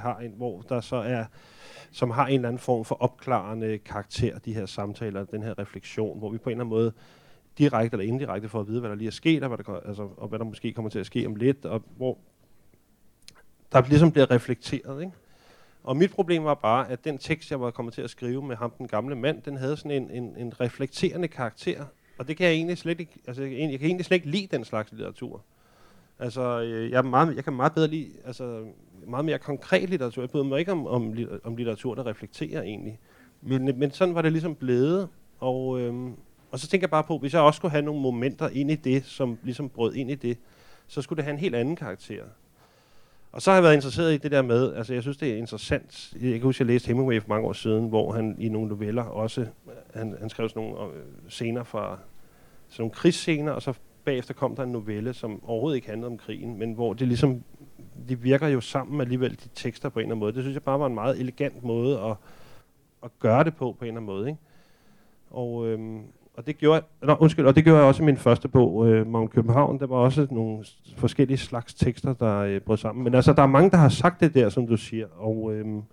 har en eller anden form for opklarende karakter, de her samtaler, den her refleksion, hvor vi på en eller anden måde direkte eller indirekte får at vide, hvad der lige er sket, og hvad der måske kommer til at ske om lidt, og hvor der ligesom bliver reflekteret, ikke? Og mit problem var bare, at den tekst, jeg var kommet til at skrive med ham, den gamle mand, den havde sådan en reflekterende karakter. Og det kan jeg egentlig slet ikke, altså jeg kan egentlig slet ikke lide den slags litteratur. Altså, jeg kan meget bedre lide, altså meget mere konkret litteratur. Jeg bryder mig ikke om litteratur, der reflekterer egentlig. Men sådan var det ligesom blevet. Og så tænker jeg bare på, hvis jeg også skulle have nogle momenter ind i det, som ligesom brød ind i det, så skulle det have en helt anden karakter. Og så har jeg været interesseret i det der med, altså jeg synes det er interessant, jeg kan huske, jeg læste Hemingway for mange år siden, hvor han i nogle noveller også, han skrev sådan nogle scener fra, sådan nogle krigsscener, og så bagefter kom der en novelle, som overhovedet ikke handlede om krigen, men hvor det ligesom, de virker jo sammen alligevel, de tekster på en eller anden måde. Det synes jeg bare var en meget elegant måde at gøre det på en eller anden måde, ikke? Og det gjorde jeg også i min første bog, Magne København. Der var også nogle forskellige slags tekster, der brød sammen. Men altså, der er mange, der har sagt det der, som du siger. Og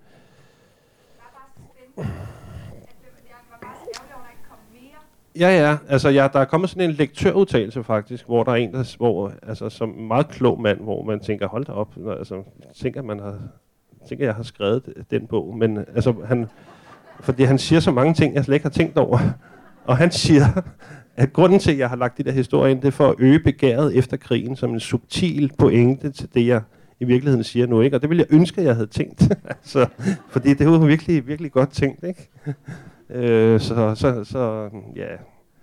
ja, altså der er kommet sådan en lektørudtalelse faktisk, hvor der er en, altså som en meget klog mand, hvor man tænker, hold da op, altså tænker jeg har skrevet den bog, men altså fordi han siger så mange ting, jeg slet ikke har tænkt over. Og han siger, at grunden til, at jeg har lagt de der historier ind, det er for at øge begæret efter krigen som en subtil pointe til det, jeg i virkeligheden siger nu, ikke? Og det ville jeg ønske, at jeg havde tænkt. Altså, fordi det var virkelig, virkelig godt tænkt, ikke? Ja.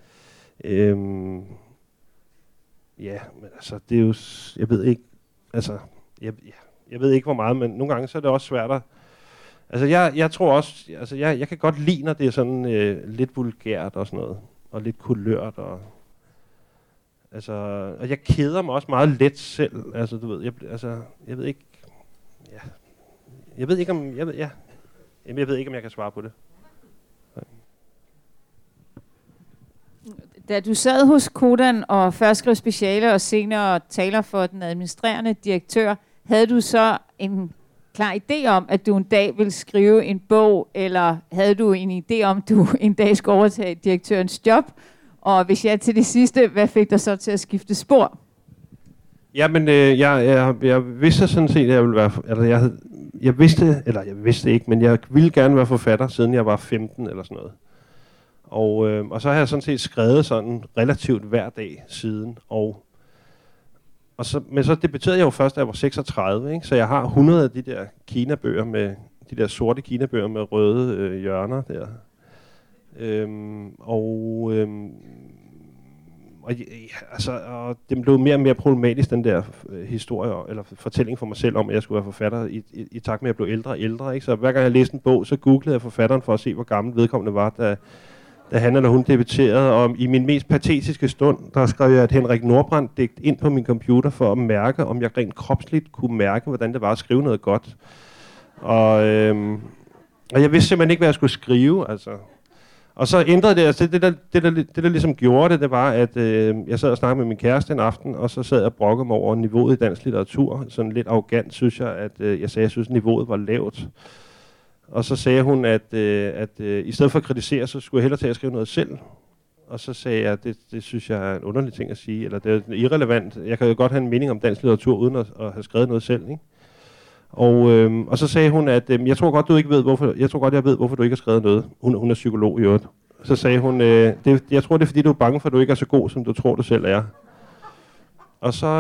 Ja, men altså, det er jo, jeg ved ikke, altså, jeg ved ikke, hvor meget, men nogle gange så er det også svært at, altså jeg tror også, altså jeg kan godt lide, når det er sådan lidt vulgært og sådan noget, og lidt kulørt og altså, og jeg keder mig også meget let selv, altså du ved, jeg ved ikke, ja, jeg ved ikke om jeg kan svare på det. Da du sad hos Codan og først skrev speciale og senere taler for den administrerende direktør, havde du så en klar idé om, at du en dag vil skrive en bog, eller havde du en idé om, at du en dag skulle overtage direktørens job? Og hvis jeg til det sidste, hvad fik dig så til at skifte spor? Jamen, jeg vidste sådan set, at jeg ville være... Eller jeg vidste ikke, men jeg ville gerne være forfatter, siden jeg var 15 eller sådan noget. Og så har jeg sådan set skrevet sådan relativt hver dag siden. Men så debuterede jeg jo først, da jeg var 36, ikke? Så jeg har 100 af de der Kina-bøger med de der sorte Kina-bøger med røde hjørner der. Og det blev mere og mere problematisk, den der historie eller fortælling for mig selv om, at jeg skulle være forfatter i takt med, at jeg blev ældre og ældre. Ikke? Så hver gang jeg læste en bog, så googlede jeg forfatteren for at se, hvor gammel vedkommende var, da han eller hun debuterede. Og i min mest patetiske stund, der skrev jeg et Henrik Nordbrandt digt ind på min computer for at mærke, om jeg rent kropsligt kunne mærke, hvordan det var at skrive noget godt. Og jeg vidste simpelthen ikke, hvad jeg skulle skrive, altså. Og så ændrede det, altså det der ligesom gjorde det var, at jeg sad og snakkede med min kæreste en aften, og så sad jeg og brokkede mig over niveauet i dansk litteratur. Sådan lidt arrogant, synes jeg, at jeg synes, at niveauet var lavt. Og så sagde hun, at i stedet for at kritisere, så skulle jeg hellere tage at skrive noget selv. Og så sagde jeg, at det synes jeg er en underlig ting at sige, eller det er irrelevant. Jeg kan jo godt have en mening om dansk litteratur, uden at have skrevet noget selv, ikke? Og så sagde hun, at jeg tror godt, jeg ved, hvorfor du ikke har skrevet noget. Hun er psykolog i øvrigt. Så sagde hun, jeg tror, det er, fordi du er bange for, at du ikke er så god, som du tror, du selv er. Og så...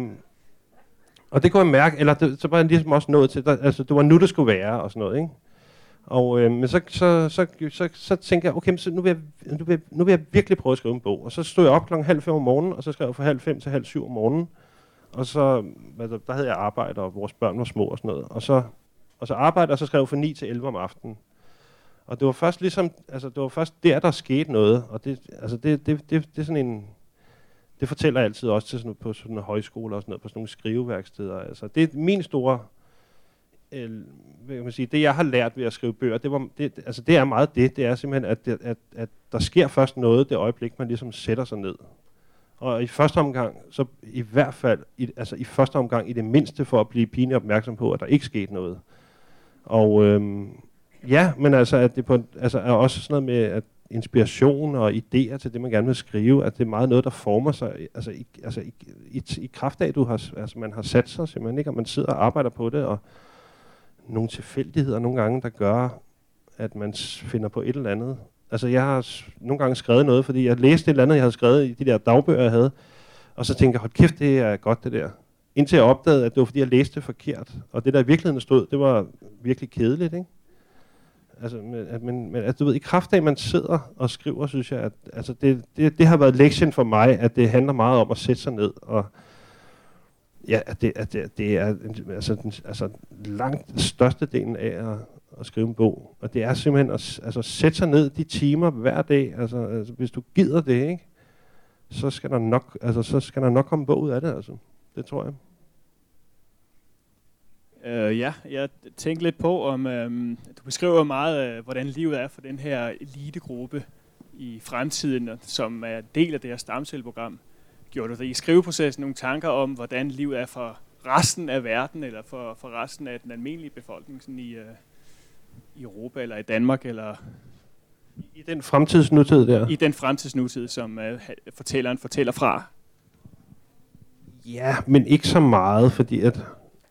og det kunne jeg mærke, eller så var jeg ligesom også nået til, altså det var nu, det skulle være, og sådan noget, ikke? Og men så tænkte jeg, okay, så nu vil jeg virkelig prøve at skrive en bog. Og så stod jeg op 4:30 om morgenen, og så skrev jeg fra 4:30 til 6:30 om morgenen. Og så, altså, der havde jeg arbejde, og vores børn var små og sådan noget. Og så arbejdede, og så skrev jeg fra 9 til 11 om aftenen. Og det var først ligesom, altså det var først der skete noget. Og det er sådan en, det fortæller jeg altid også til sådan, på sådan en højskole og sådan noget, på sådan nogle skriveværksteder. Altså det er min store, hvad kan man sige, det jeg har lært ved at skrive bøger, det er meget det er simpelthen, at der sker først noget det øjeblik, man ligesom sætter sig ned. Og i første omgang, så i hvert fald, i første omgang i det mindste for at blive pinligt opmærksom på, at der ikke skete noget. Og ja, men altså, at det er også sådan noget med at inspiration og idéer til det, man gerne vil skrive, at det er meget noget, der former sig, i kraft af, at man har sat sig simpelthen, ikke? Og man sidder og arbejder på det, og nogle tilfældigheder nogle gange, der gør, at man finder på et eller andet. Altså, jeg har nogle gange skrevet noget, fordi jeg læste et eller andet, jeg havde skrevet i de der dagbøger, jeg havde, og så tænkte jeg, hold kæft, det er godt det der. Indtil jeg opdagede, at det var fordi, jeg læste det forkert. Og det, der i virkeligheden stod, det var virkelig kedeligt, ikke? Altså, men du ved, i kraft af, at man sidder og skriver, synes jeg, at altså, det har været lektion for mig, at det handler meget om at sætte sig ned, og ja, det er altså langt størstedelen af at skrive en bog. Og det er simpelthen at sætte sig ned de timer hver dag. Altså hvis du gider det, ikke, så skal der nok komme en bog ud af det. Altså. Det tror jeg. Ja, jeg tænkte lidt på, om du beskriver meget, hvordan livet er for den her elitegruppe i fremtiden, som er del af det her stamcelleprogram. Gjorde du det i skriveprocessen nogle tanker om, hvordan livet er for resten af verden, eller for resten af den almindelige befolkning, sådan i Europa eller i Danmark, eller i den fremtidsnutid der? I den fremtidsnutid, som fortælleren fortæller fra. Ja, men ikke så meget, fordi at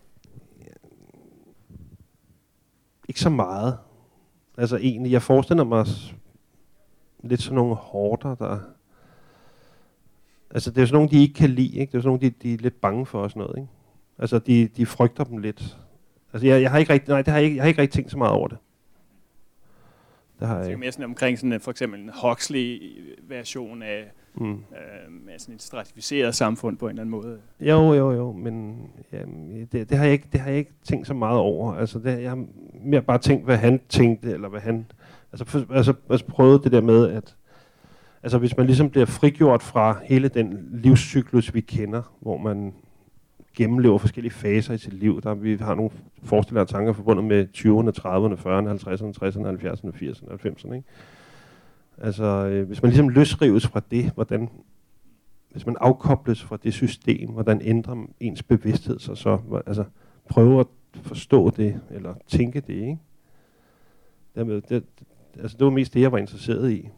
ikke så meget. Altså egentlig, jeg forestiller mig lidt sådan nogle horder, der... Altså det er sådan nogle, de ikke kan lide, ikke? Det er sådan nogle, de er lidt bange for og sådan noget, ikke? Altså de frygter dem lidt. Altså jeg har ikke rigtig tænkt så meget over det. Det har jeg ikke. Mere sådan omkring sådan for eksempel en Huxley-version af sådan et stratificeret samfund på en eller anden måde. Jo, men det har jeg ikke tænkt så meget over. Altså jeg har mere bare tænkt, hvad han tænkte, eller hvad han... Altså prøvede det der med, at altså hvis man ligesom bliver frigjort fra hele den livscyklus, vi kender, hvor man gennemlever forskellige faser i sit liv. Der vi har nogle forestillinger og tanker forbundet med 20'erne, 30'erne, 40'erne, 50'erne, 60'erne, 70'erne, 80'erne, 90'erne, ikke? Altså, hvis man ligesom løsrives fra det, hvis man afkobles fra det system, hvordan ændrer ens bevidsthed sig så? Altså, prøve at forstå det, eller tænke det, ikke? Dermed, det var mest det, jeg var interesseret i.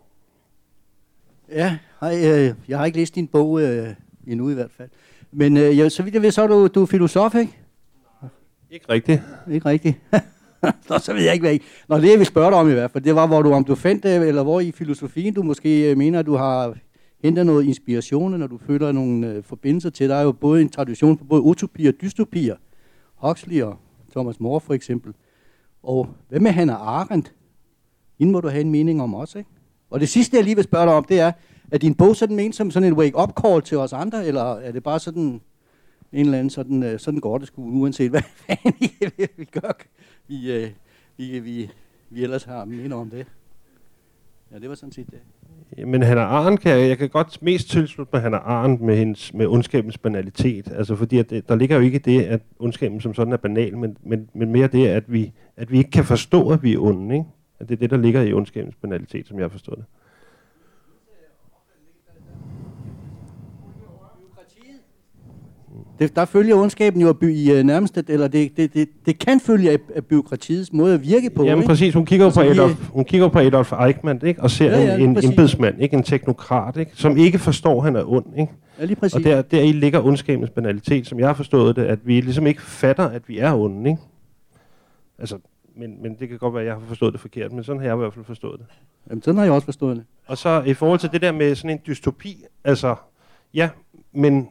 Ja, jeg har ikke læst din bog endnu i hvert fald. Men så vidt jeg ved, så er du filosof, ikke? Ikke rigtigt. Ikke rigtigt. Nå, så ved jeg ikke, hvad I... Nå, det jeg vil spørge dig om i hvert fald, det var, om du fandt det, eller hvor i filosofien du måske mener, at du har hentet noget inspiration, når du føler nogle forbindelser til. Der er jo både en tradition for både utopier og dystopier. Huxley og Thomas More for eksempel. Og hvad med Hannah Arendt? Hende må du have en mening om også, ikke? Og det sidste, jeg lige vil spørge dig om, det er din bog sådan ment som sådan en wake-up call til os andre, eller er det bare sådan en eller anden sådan går det sgu, uanset hvad fanden vi gør, vi ellers har mening om det? Ja, det var sådan set det. Men Hannah Arendt jeg kan godt mest tilslutte mig Hannah Arendt med ondskabens banalitet. Altså fordi at der ligger jo ikke det, at ondskaben som sådan er banal, men mere det, at vi ikke kan forstå, at vi er onde, ikke? At det er det, der ligger i ondskabens banalitet, som jeg har forstået det. Der følger ondskaben jo i nærmest, eller det kan følge af byråkratiets måde at virke på. Jamen præcis, hun kigger på Adolf Eichmann, ikke? Og ser en embedsmand, ikke? En teknokrat, ikke? Som ikke forstår, at han er ond, ikke? Ja, lige præcis. Og deri ligger ondskabens banalitet, som jeg har forstået det, at vi ligesom ikke fatter, at vi er onde, ikke? Altså, men det kan godt være, at jeg har forstået det forkert, men sådan har jeg i hvert fald forstået det. Jamen, sådan har jeg også forstået det. Og så i forhold til det der med sådan en dystopi, altså, ja, men...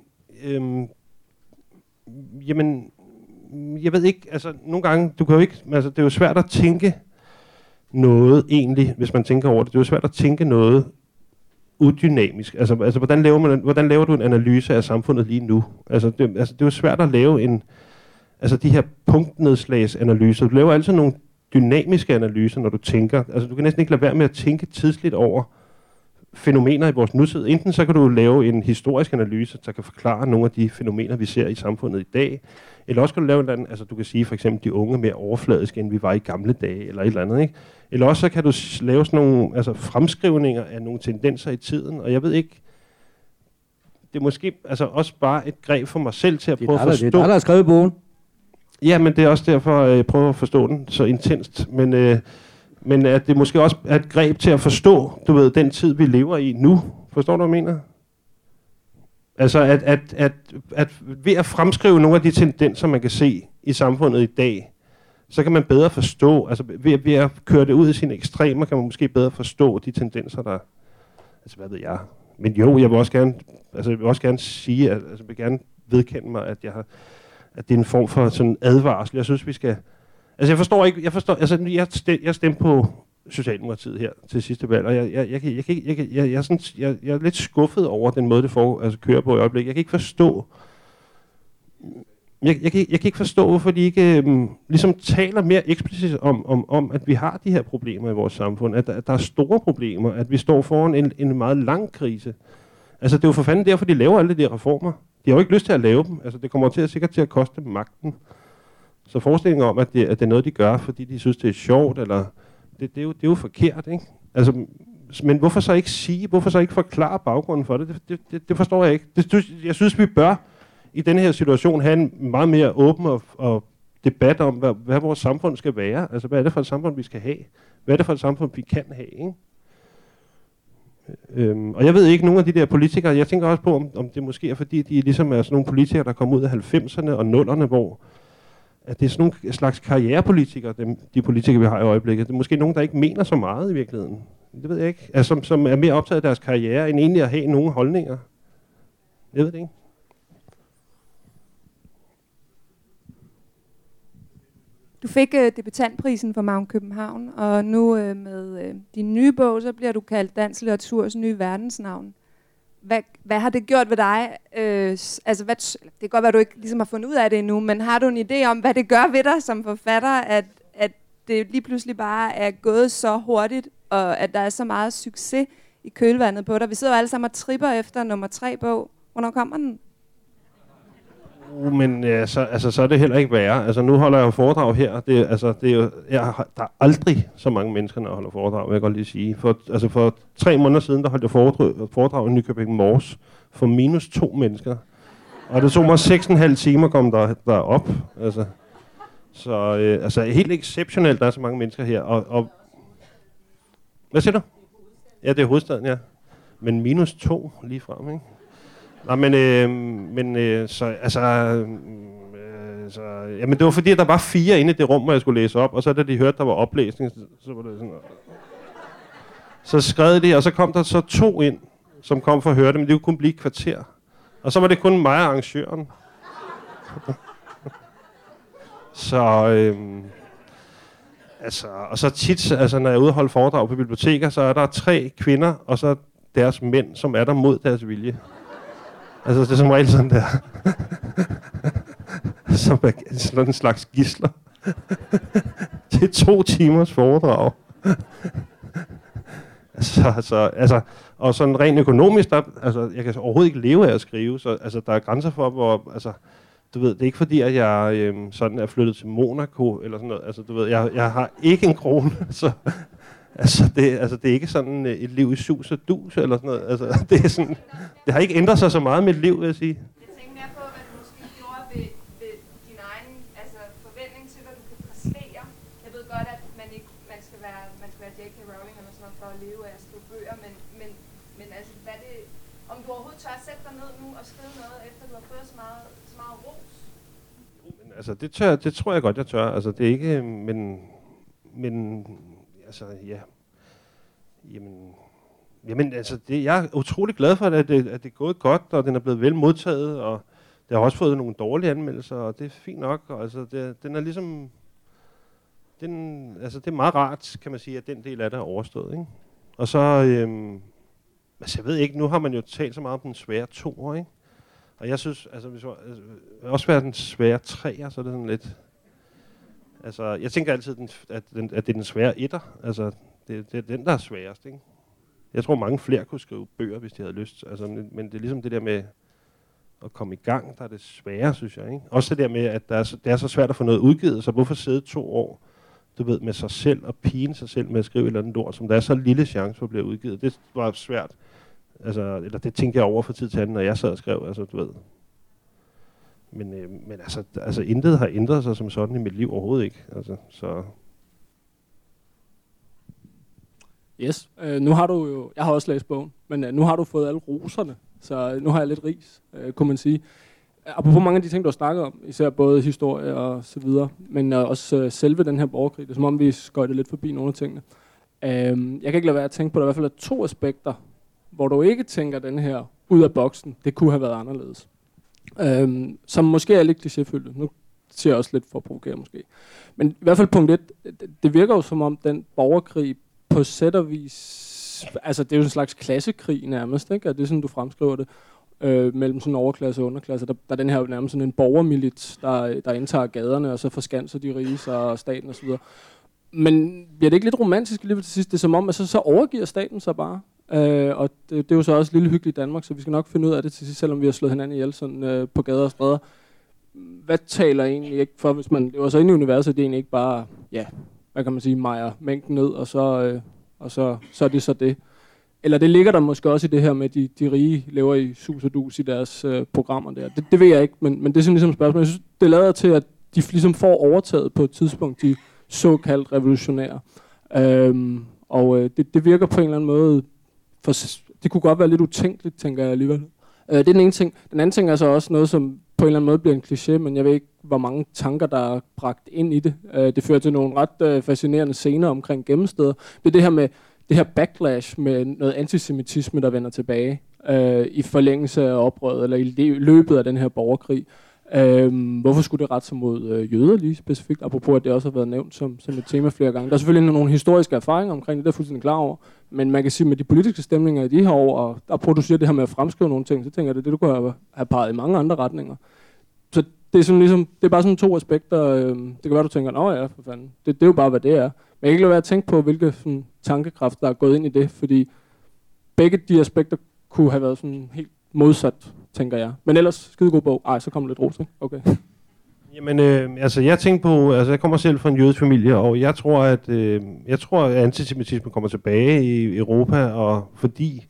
Jamen, jeg ved ikke, altså nogle gange, du kan jo ikke, altså det er jo svært at tænke noget egentlig, hvis man tænker over det. Det er jo svært at tænke noget udynamisk. Altså hvordan laver du en analyse af samfundet lige nu? Altså det er jo svært at lave de her punktnedslagsanalyser. Du laver altid nogle dynamiske analyser, når du tænker. Altså du kan næsten ikke lade være med at tænke tidsligt over fænomener i vores nutid. Enten så kan du lave en historisk analyse, der kan forklare nogle af de fænomener, vi ser i samfundet i dag, eller også kan du lave en eller anden, altså du kan sige for eksempel, de unge er mere overfladiske, end vi var i gamle dage, eller et eller andet, ikke? Eller også så kan du lave sådan nogle fremskrivninger af nogle tendenser i tiden, og jeg ved ikke, det er måske også bare et greb for mig selv til at prøve at forstå. Det er der har skrevet bogen. Ja, men det er også derfor, jeg prøver at forstå den så intenst, men at det måske også er et greb til at forstå, du ved, den tid, vi lever i nu. Forstår du, hvad jeg mener? Altså, at ved at fremskrive nogle af de tendenser, man kan se i samfundet i dag, så kan man bedre forstå, altså ved at køre det ud i sine ekstremer, kan man måske bedre forstå de tendenser, der... Altså, hvad ved jeg? Men jo, jeg vil også gerne sige, at jeg vil gerne vedkende mig, at det er en form for sådan advarsel. Jeg synes, vi skal... Altså jeg stemte på Socialdemokratiet her til sidste valg, og jeg er lidt skuffet over den måde, det kører på i øjeblikket. Jeg kan ikke forstå, jeg kan ikke forstå, hvorfor de ikke ligesom taler mere eksplicit om, at vi har de her problemer i vores samfund, at der er store problemer, at vi står foran en meget lang krise. Altså det er jo for fanden derfor, de laver alle de her reformer. De har jo ikke lyst til at lave dem. Altså det kommer sikkert til at koste dem magten. Så forestillingen om, at det er noget, de gør, fordi de synes, det er sjovt, eller det er jo forkert, ikke? Altså, men hvorfor så ikke sige, hvorfor så ikke forklare baggrunden for det? Det forstår jeg ikke. Jeg synes, vi bør i denne her situation have en meget mere åben og debat om, hvad vores samfund skal være. Altså, hvad er det for et samfund, vi skal have? Hvad er det for et samfund, vi kan have, ikke? Og jeg ved ikke, nogle af de der politikere, jeg tænker også på, om det måske er, fordi de ligesom er sådan nogle politikere, der kom ud af 90'erne og 0'erne, hvor at det er sådan nogle slags karrierepolitikere, de politikere, vi har i øjeblikket. Det er måske nogen, der ikke mener så meget i virkeligheden. Det ved jeg ikke. Altså, som er mere optaget af deres karriere, end egentlig at have nogle holdninger. Jeg ved det ikke. Du fik debutantprisen for Magne København, og nu med din nye bog, så bliver du kaldt dansk litteraturs nye verdensnavn. Hvad har det gjort ved dig? Det kan godt være, at du ikke ligesom har fundet ud af det endnu, men har du en idé om, hvad det gør ved dig som forfatter, at det lige pludselig bare er gået så hurtigt, og at der er så meget succes i kølvandet på dig? Vi sidder jo alle sammen og tripper efter nummer 3 bog. Hvornår kommer den? Men så er det heller ikke værre. Altså nu holder jeg jo foredrag her. Der er aldrig så mange mennesker, når jeg holder foredrag, vil jeg godt lige sige. For 3 måneder siden, der holdt jeg foredrag i Nykøbing Mors for -2 mennesker. Og det tog mig 6,5 timer at komme derop. Altså. Så altså helt exceptionelt, der er så mange mennesker her. Og hvad siger du? Ja, det er hovedstaden, ja. Men -2 lige frem, ikke? Nej, jamen det var fordi, at der var 4 inde i det rum, hvor jeg skulle læse op, og så da de hørte, der var oplæsning, så var det sådan... Så skrev de, og så kom der så 2 ind, som kom for at høre det, men det kunne kun blive et kvarter. Og så var det kun mig og arrangøren. Så, og så tit, når jeg er ude og holde foredrag på biblioteker, så er der 3 kvinder, og så deres mænd, som er der mod deres vilje. Altså, det er som regel sådan der. Som er sådan en slags gidsler. Det er 2 timers foredrag. Og sådan rent økonomisk, jeg kan overhovedet ikke leve af at skrive, så der er grænser for, hvor, du ved, det er ikke fordi, at jeg sådan er flyttet til Monaco, eller sådan noget, du ved, jeg har ikke en krone, så, det er ikke sådan et liv i sus og dus, eller sådan noget, det er sådan, det har ikke ændret sig så meget med mit liv, vil jeg sige. Jeg tænker mere på, hvad du måske gjorde ved din egen forventning til, hvad du kan præstere. Jeg ved godt, at man skal være J.K. Rowling eller sådan noget for at leve af at skrive bøger, men hvad det, om du overhovedet tør at sætte dig ned nu og skrive noget, efter du har fået så meget ros? Det tror jeg godt, jeg tør. Det er ikke, ja. Jamen, jeg er utrolig glad for, at det er gået godt, og den er blevet vel modtaget, og det har også fået nogle dårlige anmeldelser, og det er fint nok. Og, den er ligesom... det er meget rart, kan man sige, at den del af det er overstået, ikke? Og så... jeg ved ikke, nu har man jo talt så meget om den svære 2'er, ikke? Og jeg synes, hvis jeg også være den svære 3'er, så er det sådan lidt... jeg tænker altid, at det er den svære 1'er. Det er den, der er sværest, ikke? Jeg tror, mange flere kunne skrive bøger, hvis de havde lyst. Men det er ligesom det der med at komme i gang, der er det svære, synes jeg, ikke? Også det der med, at det er så svært at få noget udgivet, så hvorfor sidde 2 år, du ved, med sig selv og pine sig selv med at skrive et eller andet ord, som der er så lille chance for at blive udgivet. Det var svært. Eller det tænkte jeg over for tid til anden, når jeg sad og skrev, du ved. Men intet har ændret sig som sådan i mit liv overhovedet ikke. Så... Yes, nu har du jo, jeg har også læst bogen, men nu har du fået alle roserne, så nu har jeg lidt ris, kunne man sige. Apropos mange af de ting, du har snakket om, især både historie og så videre, men også selve den her borgerkrig, det er som om vi skøjter lidt forbi nogle af tingene. Jeg kan ikke lade være at tænke på, at der i hvert fald er 2 aspekter, hvor du ikke tænker den her ud af boksen, det kunne have været anderledes. Som måske er lidt klichéfyldt. Nu siger jeg også lidt for at provokere måske. Men i hvert fald punkt 1, det virker jo som om den borgerkrig på sæt og vis, det er jo en slags klassekrig nærmest, ikke? Og det er sådan, du fremskriver det, mellem sådan overklasse og underklasse. Der er den her nærmest sådan en borgermilits, der indtager gaderne, og så forskanser de rige og staten osv. Men bliver det ikke lidt romantisk lige til sidst? Det er som om, at så overgiver staten sig bare. Og det er jo så også lille hyggeligt i Danmark, så vi skal nok finde ud af det til sidst, selvom vi har slået hinanden ihjel sådan, på gader og stræder. Hvad taler egentlig ikke for, hvis man lever så inde i universet, det er egentlig ikke bare, ja, hvad kan man sige, mejer mængden ned, og så er det så det. Eller det ligger der måske også i det her med, at de rige lever i sus og dus i deres programmer der. Det ved jeg ikke, men det er sådan ligesom et spørgsmål. Jeg synes, det lader til, at de ligesom får overtaget på et tidspunkt, de såkaldt revolutionære. Det virker på en eller anden måde, for det kunne godt være lidt utænkeligt, tænker jeg alligevel. Det er den ene ting. Den anden ting er så også noget, som på en eller anden måde bliver en kliché, men jeg ved ikke, hvor mange tanker, der er bragt ind i det. Det fører til nogle ret fascinerende scener omkring gemmesteder. Det er det her med det her backlash med noget antisemitisme, der vender tilbage i forlængelse af oprøret, eller i løbet af den her borgerkrig. Hvorfor skulle det rette sig mod jøder lige specifikt, apropos at det også har været nævnt som et tema flere gange. Der er selvfølgelig nogle historiske erfaringer omkring det, der er fuldstændig klar over, men man kan sige, med de politiske stemninger i de her år, og apropos du siger det her med at fremskrive nogle ting, så tænker jeg, det du kunne have peget i mange andre retninger. Så det er sådan ligesom, det er bare sådan 2 aspekter. Det kan være, du tænker, nå ja, for fanden, det er jo bare, hvad det er. Men jeg kan ikke lade være at tænke på, hvilke sådan, tankekraft, der er gået ind i det, fordi begge de aspekter kunne have været sådan helt modsat, tænker jeg. Men ellers, skidegod bog. Ej, så kommer lidt ros, ikke? Okay. Jamen, jeg tænker på, jeg kommer selv fra en jødisk familie, og jeg tror, at antisemitismen kommer tilbage i Europa, og fordi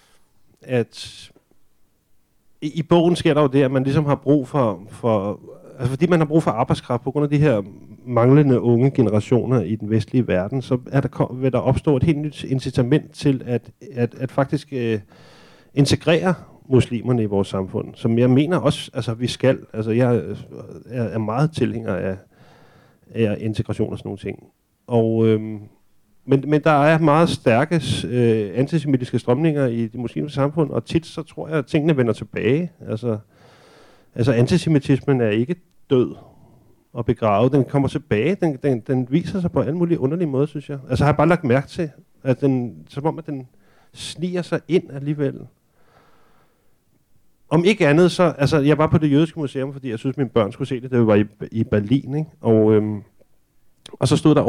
at i bogen sker der jo det, at man ligesom har brug for altså fordi man har brug for arbejdskraft på grund af de her manglende unge generationer i den vestlige verden, så vil der opstå et helt nyt incitament til at faktisk integrere muslimerne i vores samfund, som jeg mener også, altså vi skal, altså jeg er meget tilhænger af integration og sådan nogle ting. Og men der er meget stærke antisemitiske strømninger i det muslimske samfund, og tit så tror jeg, at tingene vender tilbage. Altså antisemitismen er ikke død og begravet, den kommer tilbage, den viser sig på alle mulige underlige måder, synes jeg. Altså har jeg bare lagt mærke til, at som om at den sniger sig ind alligevel. Om ikke andet så, altså jeg var på det jødiske museum, fordi jeg synes mine børn skulle se det, det var i Berlin, ikke? Og så stod der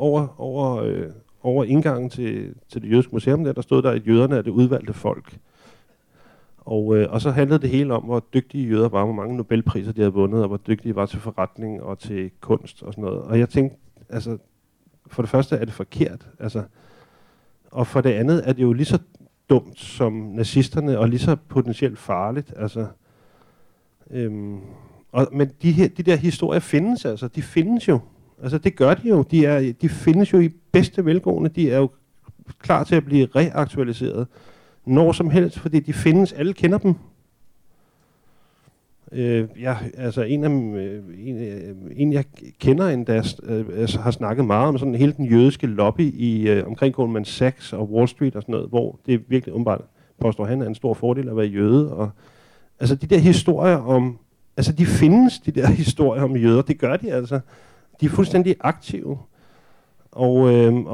over indgangen til det jødiske museum, der stod der, at jøderne er det udvalgte folk. Og så handlede det hele om, hvor dygtige jøder var, hvor mange Nobelpriser de havde vundet, og hvor dygtige de var til forretning og til kunst og sådan noget. Og jeg tænkte, altså, for det første er det forkert, altså, og for det andet er det jo lige så dumt som nazisterne, og lige så potentielt farligt, altså. Men de der historier findes, altså, de findes jo. Altså det gør de jo. De findes jo i bedste velgående. De er jo klar til at blive reaktualiseret når som helst, fordi de findes. Alle kender dem. En jeg kender endda har snakket meget om sådan hele den jødiske lobby omkring Goldman Sachs og Wall Street og sådan noget, hvor det er virkelig umiddelbart påstår han er en stor fordel at være jøde. Og altså de der historier om, altså de findes, de der historier om jøder. Det gør de altså. De er fuldstændig aktive, og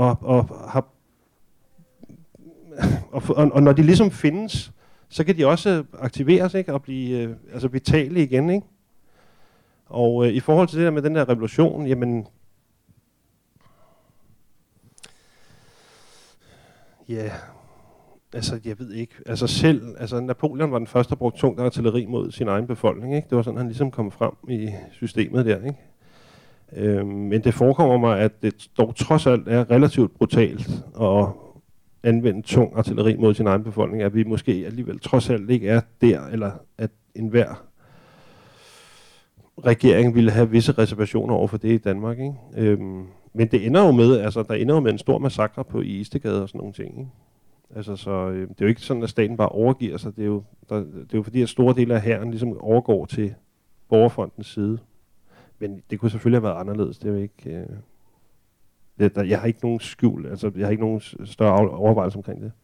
når de ligesom findes, så kan de også aktiveres, ikke, og blive vitale igen, ikke? Og i forhold til det der med den der revolution, jamen, ja, altså jeg ved ikke, altså Napoleon var den første, der brugte tungt artilleri mod sin egen befolkning, ikke? Det var sådan, han ligesom kom frem i systemet der, ikke? Men det forekommer mig, at det dog trods alt er relativt brutalt at anvende tung artilleri mod sin egen befolkning, at vi måske alligevel trods alt ikke er der, eller at enhver regering ville have visse reservationer over for det i Danmark, ikke? Men det ender jo med, altså der ender jo med en stor massakre på Istegade og sådan nogle ting, ikke? Altså så det er jo ikke sådan, at staten bare overgiver sig, det er jo fordi, at store dele af hæren ligesom overgår til borgerfrontens side. Men det kunne selvfølgelig have været anderledes. Det er jo ikke. Jeg har ikke nogen skjul. Altså, jeg har ikke nogen større overvejelse omkring det.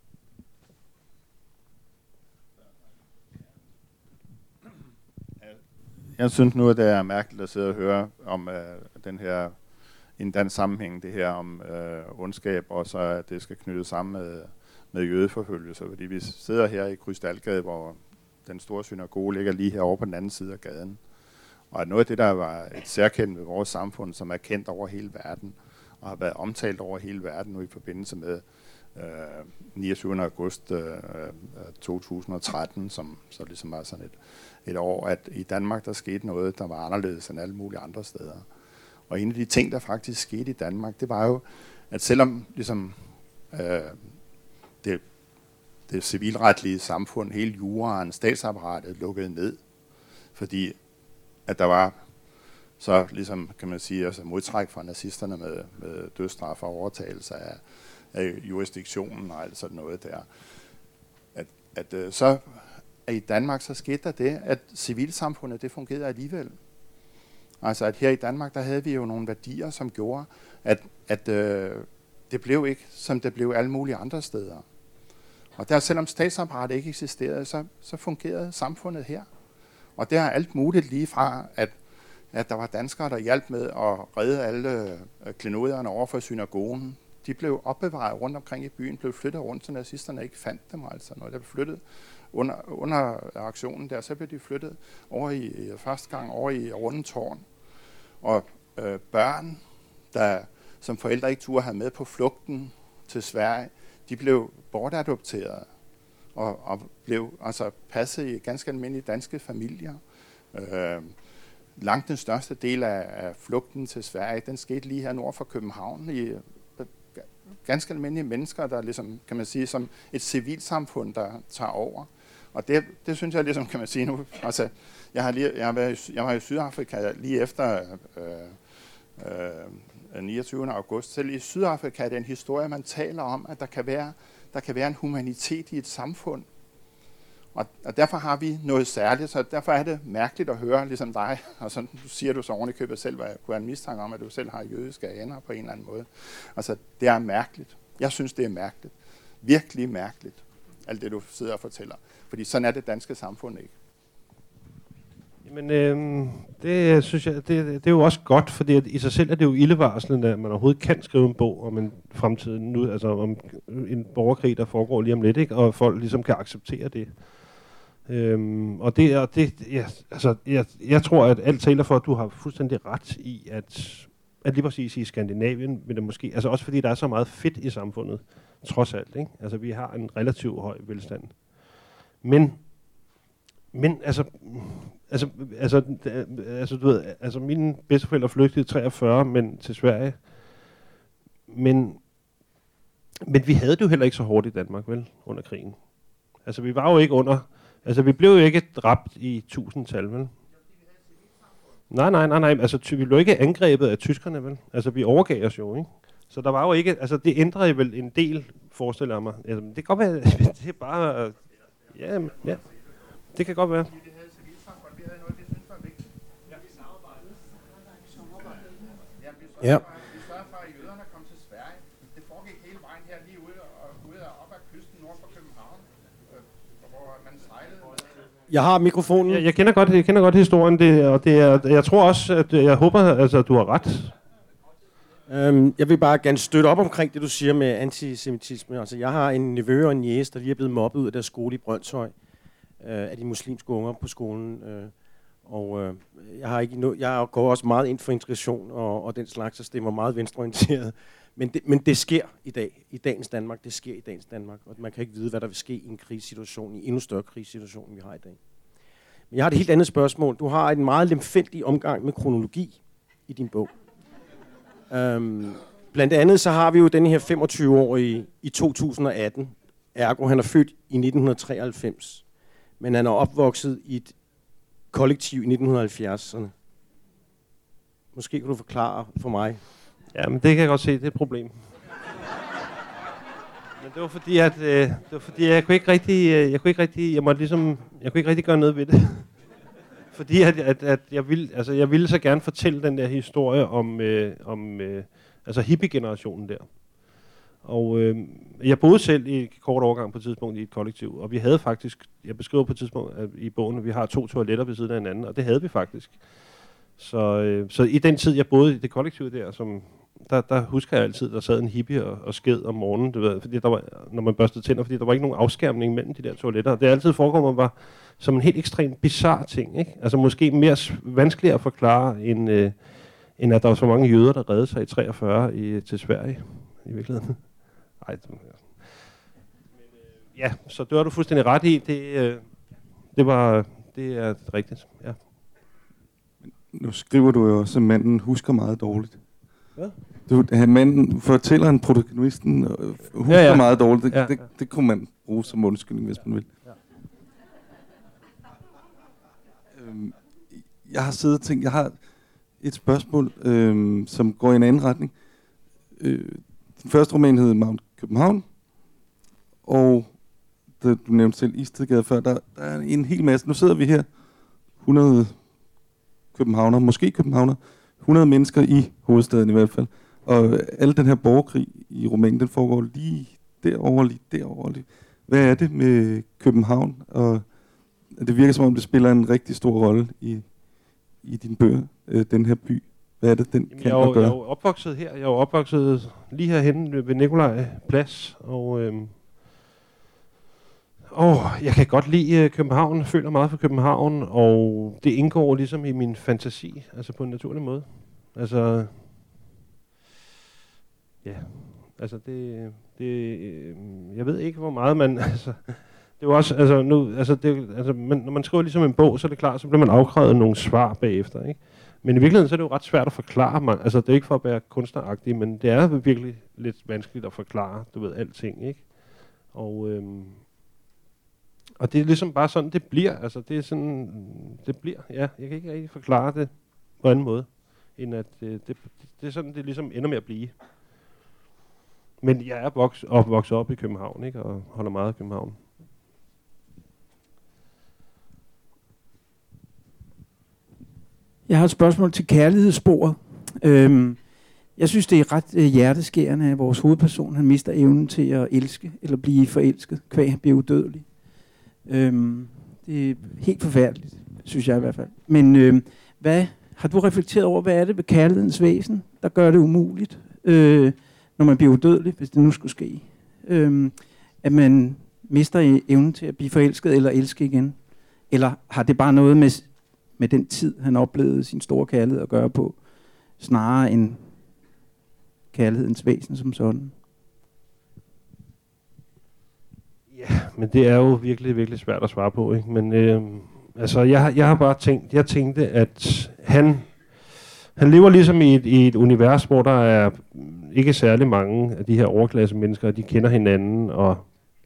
Jeg synes nu, at det er mærkeligt at sidde og høre om den her i en dansk sammenhæng, det her om ondskab, og så at det skal knyttes sammen med jødeforfølgelse. Fordi vi sidder her i Krystalgade, hvor den store synagoge ligger lige herovre på den anden side af gaden. Og at noget af det, der var et særkendt ved vores samfund, som er kendt over hele verden, og har været omtalt over hele verden nu i forbindelse med 29. august 2013, som så ligesom var sådan et år, at i Danmark der skete noget, der var anderledes end alle mulige andre steder. Og en af de ting, der faktisk skete i Danmark, det var jo, at selvom ligesom, det civilretlige samfund, hele juraen, statsapparatet lukkede ned, fordi at der var så ligesom, kan man sige, altså modtræk fra nazisterne med dødsstraf og overtagelse af jurisdiktionen og alt sådan noget der. Så i Danmark så skete der det, at civilsamfundet det fungerede alligevel. Altså at her i Danmark, der havde vi jo nogle værdier, som gjorde, at det blev ikke, som det blev alle mulige andre steder. Og der, selvom statsapparatet ikke eksisterede, så fungerede samfundet her. Og der er alt muligt lige fra, at der var danskere, der hjalp med at redde alle klenoderne over for synagogen. De blev opbevaret rundt omkring i byen, blev flyttet rundt, så nazisterne ikke fandt dem. Altså, når de blev flyttet under aktionen der, så blev de flyttet over i første gang over i Rundetårn. Og børn, der som forældre ikke turde have med på flugten til Sverige, de blev bortadopteret og blev altså passet i ganske almindelige danske familier. Langt den største del af flugten til Sverige, den skete lige her nord for København i ganske almindelige mennesker, der ligesom, kan man sige, som et civilsamfund, der tager over. Og det synes jeg ligesom, kan man sige nu. Altså, jeg var i Sydafrika lige efter 29. august. Selv i Sydafrika er det en historie, man taler om, at der kan være en humanitet i et samfund. Og derfor har vi noget særligt, så derfor er det mærkeligt at høre, ligesom dig, og så siger du så oven i købet selv, hvad kunne være en mistanke om, at du selv har jødiske aner på en eller anden måde. Altså, det er mærkeligt. Jeg synes, det er mærkeligt. Virkelig mærkeligt, alt det du sidder og fortæller. Fordi sådan er det danske samfund ikke. Men det synes jeg, det er jo også godt, fordi i sig selv er det jo ildevarslende, at man overhovedet kan skrive en bog om en fremtid nu, altså om en borgerkrig, der foregår lige om lidt, ikke? Og folk ligesom kan acceptere det. Jeg tror, at alt taler for, at du har fuldstændig ret i, at lige præcis i Skandinavien vil det måske, altså også fordi der er så meget fedt i samfundet, trods alt, ikke? Altså vi har en relativt høj velstand. Men du ved, altså mine bedsteforældre flygtede i 43, men til Sverige. Men vi havde det jo heller ikke så hårdt i Danmark, vel, under krigen. Altså vi var jo ikke under, altså vi blev jo ikke dræbt i 1000-tal, vel? Nej, altså vi blev ikke angrebet af tyskerne, vel? Altså vi overgav os jo, ikke? Så der var jo ikke, altså det ændrede vel en del, forestiller jeg mig. Altså, det kan godt være, det er bare, ja, det kan godt være. Ja. Vi sørger for, at jøderne kom til Sverige. Det foregik hele vejen her lige ude og op ad kysten nord for København, hvor man sejlede. Jeg har mikrofonen. Jeg kender godt historien, jeg tror også, at jeg håber, altså, at du har ret. Jeg vil bare gerne støtte op omkring det, du siger med antisemitisme. Altså, jeg har en nevø og en niece, der lige er blevet mobbet ud af deres skole i Brøndshøj, af de muslimske unger på skolen. Jeg går også meget ind for integration og den slags, og stemmer meget venstreorienteret. Men det sker i dag, i dagens Danmark. Det sker i dagens Danmark, og man kan ikke vide, hvad der vil ske i en krigssituation, i endnu større krigssituation, end vi har i dag. Men jeg har et helt andet spørgsmål. Du har en meget lemfældig omgang med kronologi i din bog. Blandt andet så har vi jo den her 25-årige i 2018. Ergo, han er født i 1993. Men han er opvokset i et kollektiv i 1970'erne. Måske kan du forklare for mig. Ja, men det kan jeg godt se, det er et problem. Men det var fordi, jeg kunne ikke rigtig gøre noget ved det. Fordi at jeg ville så gerne fortælle den der historie om hippie-generationen der. Og jeg boede selv i et kort overgang på et tidspunkt i et kollektiv, og vi havde faktisk, jeg beskriver på et tidspunkt i bogen, at vi har 2 toiletter ved siden af hinanden, og det havde vi faktisk. Så i den tid, jeg boede i det kollektiv der husker jeg altid, der sad en hippie og sked om morgenen, du ved, fordi der var, når man børstede tænder, fordi der var ikke nogen afskærmning mellem de der toiletter. Det er altid forekommet var som en helt ekstremt bizarre ting, ikke? Altså måske mere vanskeligt at forklare, end at der var så mange jøder, der reddede sig i 43 til Sverige, i virkeligheden. Ej, ja, så det var du fuldstændig ret i. Det er rigtigt, ja. Nu skriver du jo også, at manden husker meget dårligt. Hvad? Manden fortæller en protagonisten husker meget dårligt. Det kunne man bruge som undskyldning, hvis man vil. Ja. Jeg har siddet og tænkt, jeg har et spørgsmål, som går i en anden retning. Den første roman hedder Mount København, og du nævnte selv Istedgade før, der er en hel masse. Nu sidder vi her, 100 københavner, måske københavner, 100 mennesker i hovedstaden i hvert fald. Og al den her borgerkrig i romanen, den foregår lige derovre. Hvad er det med København? Og det virker som om, det spiller en rigtig stor rolle i dine bøger, den her by. Hvad er det, den kan gøre? Jeg er jo opvokset her. Jeg er jo opvokset lige herhenne ved Nikolaj Plads. Og jeg kan godt lide København. Jeg føler meget for København. Og det indgår ligesom i min fantasi. Altså på en naturlig måde. Altså... Ja, altså jeg ved ikke hvor meget man, altså det er jo også, altså nu, altså det, altså når man skriver ligesom en bog, så er det klart, så bliver man afkrævet nogle svar bagefter, ikke? Men i virkeligheden så er det jo ret svært at forklare, altså det er ikke for at være kunstneragtig, men det er virkelig lidt vanskeligt at forklare, du ved, alting, ikke? Og det er ligesom bare sådan, det bliver. Altså, det er sådan, det bliver. Ja, jeg kan ikke rigtig forklare det på anden måde, end at det er sådan, det ligesom ender med at blive. Men jeg er vokset op i København, ikke, og holder meget af København. Jeg har et spørgsmål til kærlighedssporet. Jeg synes, det er ret hjerteskærende, at vores hovedperson han mister evnen til at elske eller blive forelsket, kvæg han bliver udødelig. Det er helt forfærdeligt, synes jeg i hvert fald. Men hvad har du reflekteret over, hvad er det ved kærlighedens væsen, der gør det umuligt, når man bliver udødelig, hvis det nu skulle ske? At man mister evnen til at blive forelsket eller elske igen? Eller har det bare noget med den tid, han oplevede sin store kærlighed at gøre på, snarere end kærlighedens væsen som sådan? Ja, men det er jo virkelig, virkelig svært at svare på, ikke? Men altså, jeg har bare tænkte, at han lever ligesom i et univers, hvor der er ikke særlig mange af de her overklasse mennesker, de kender hinanden, og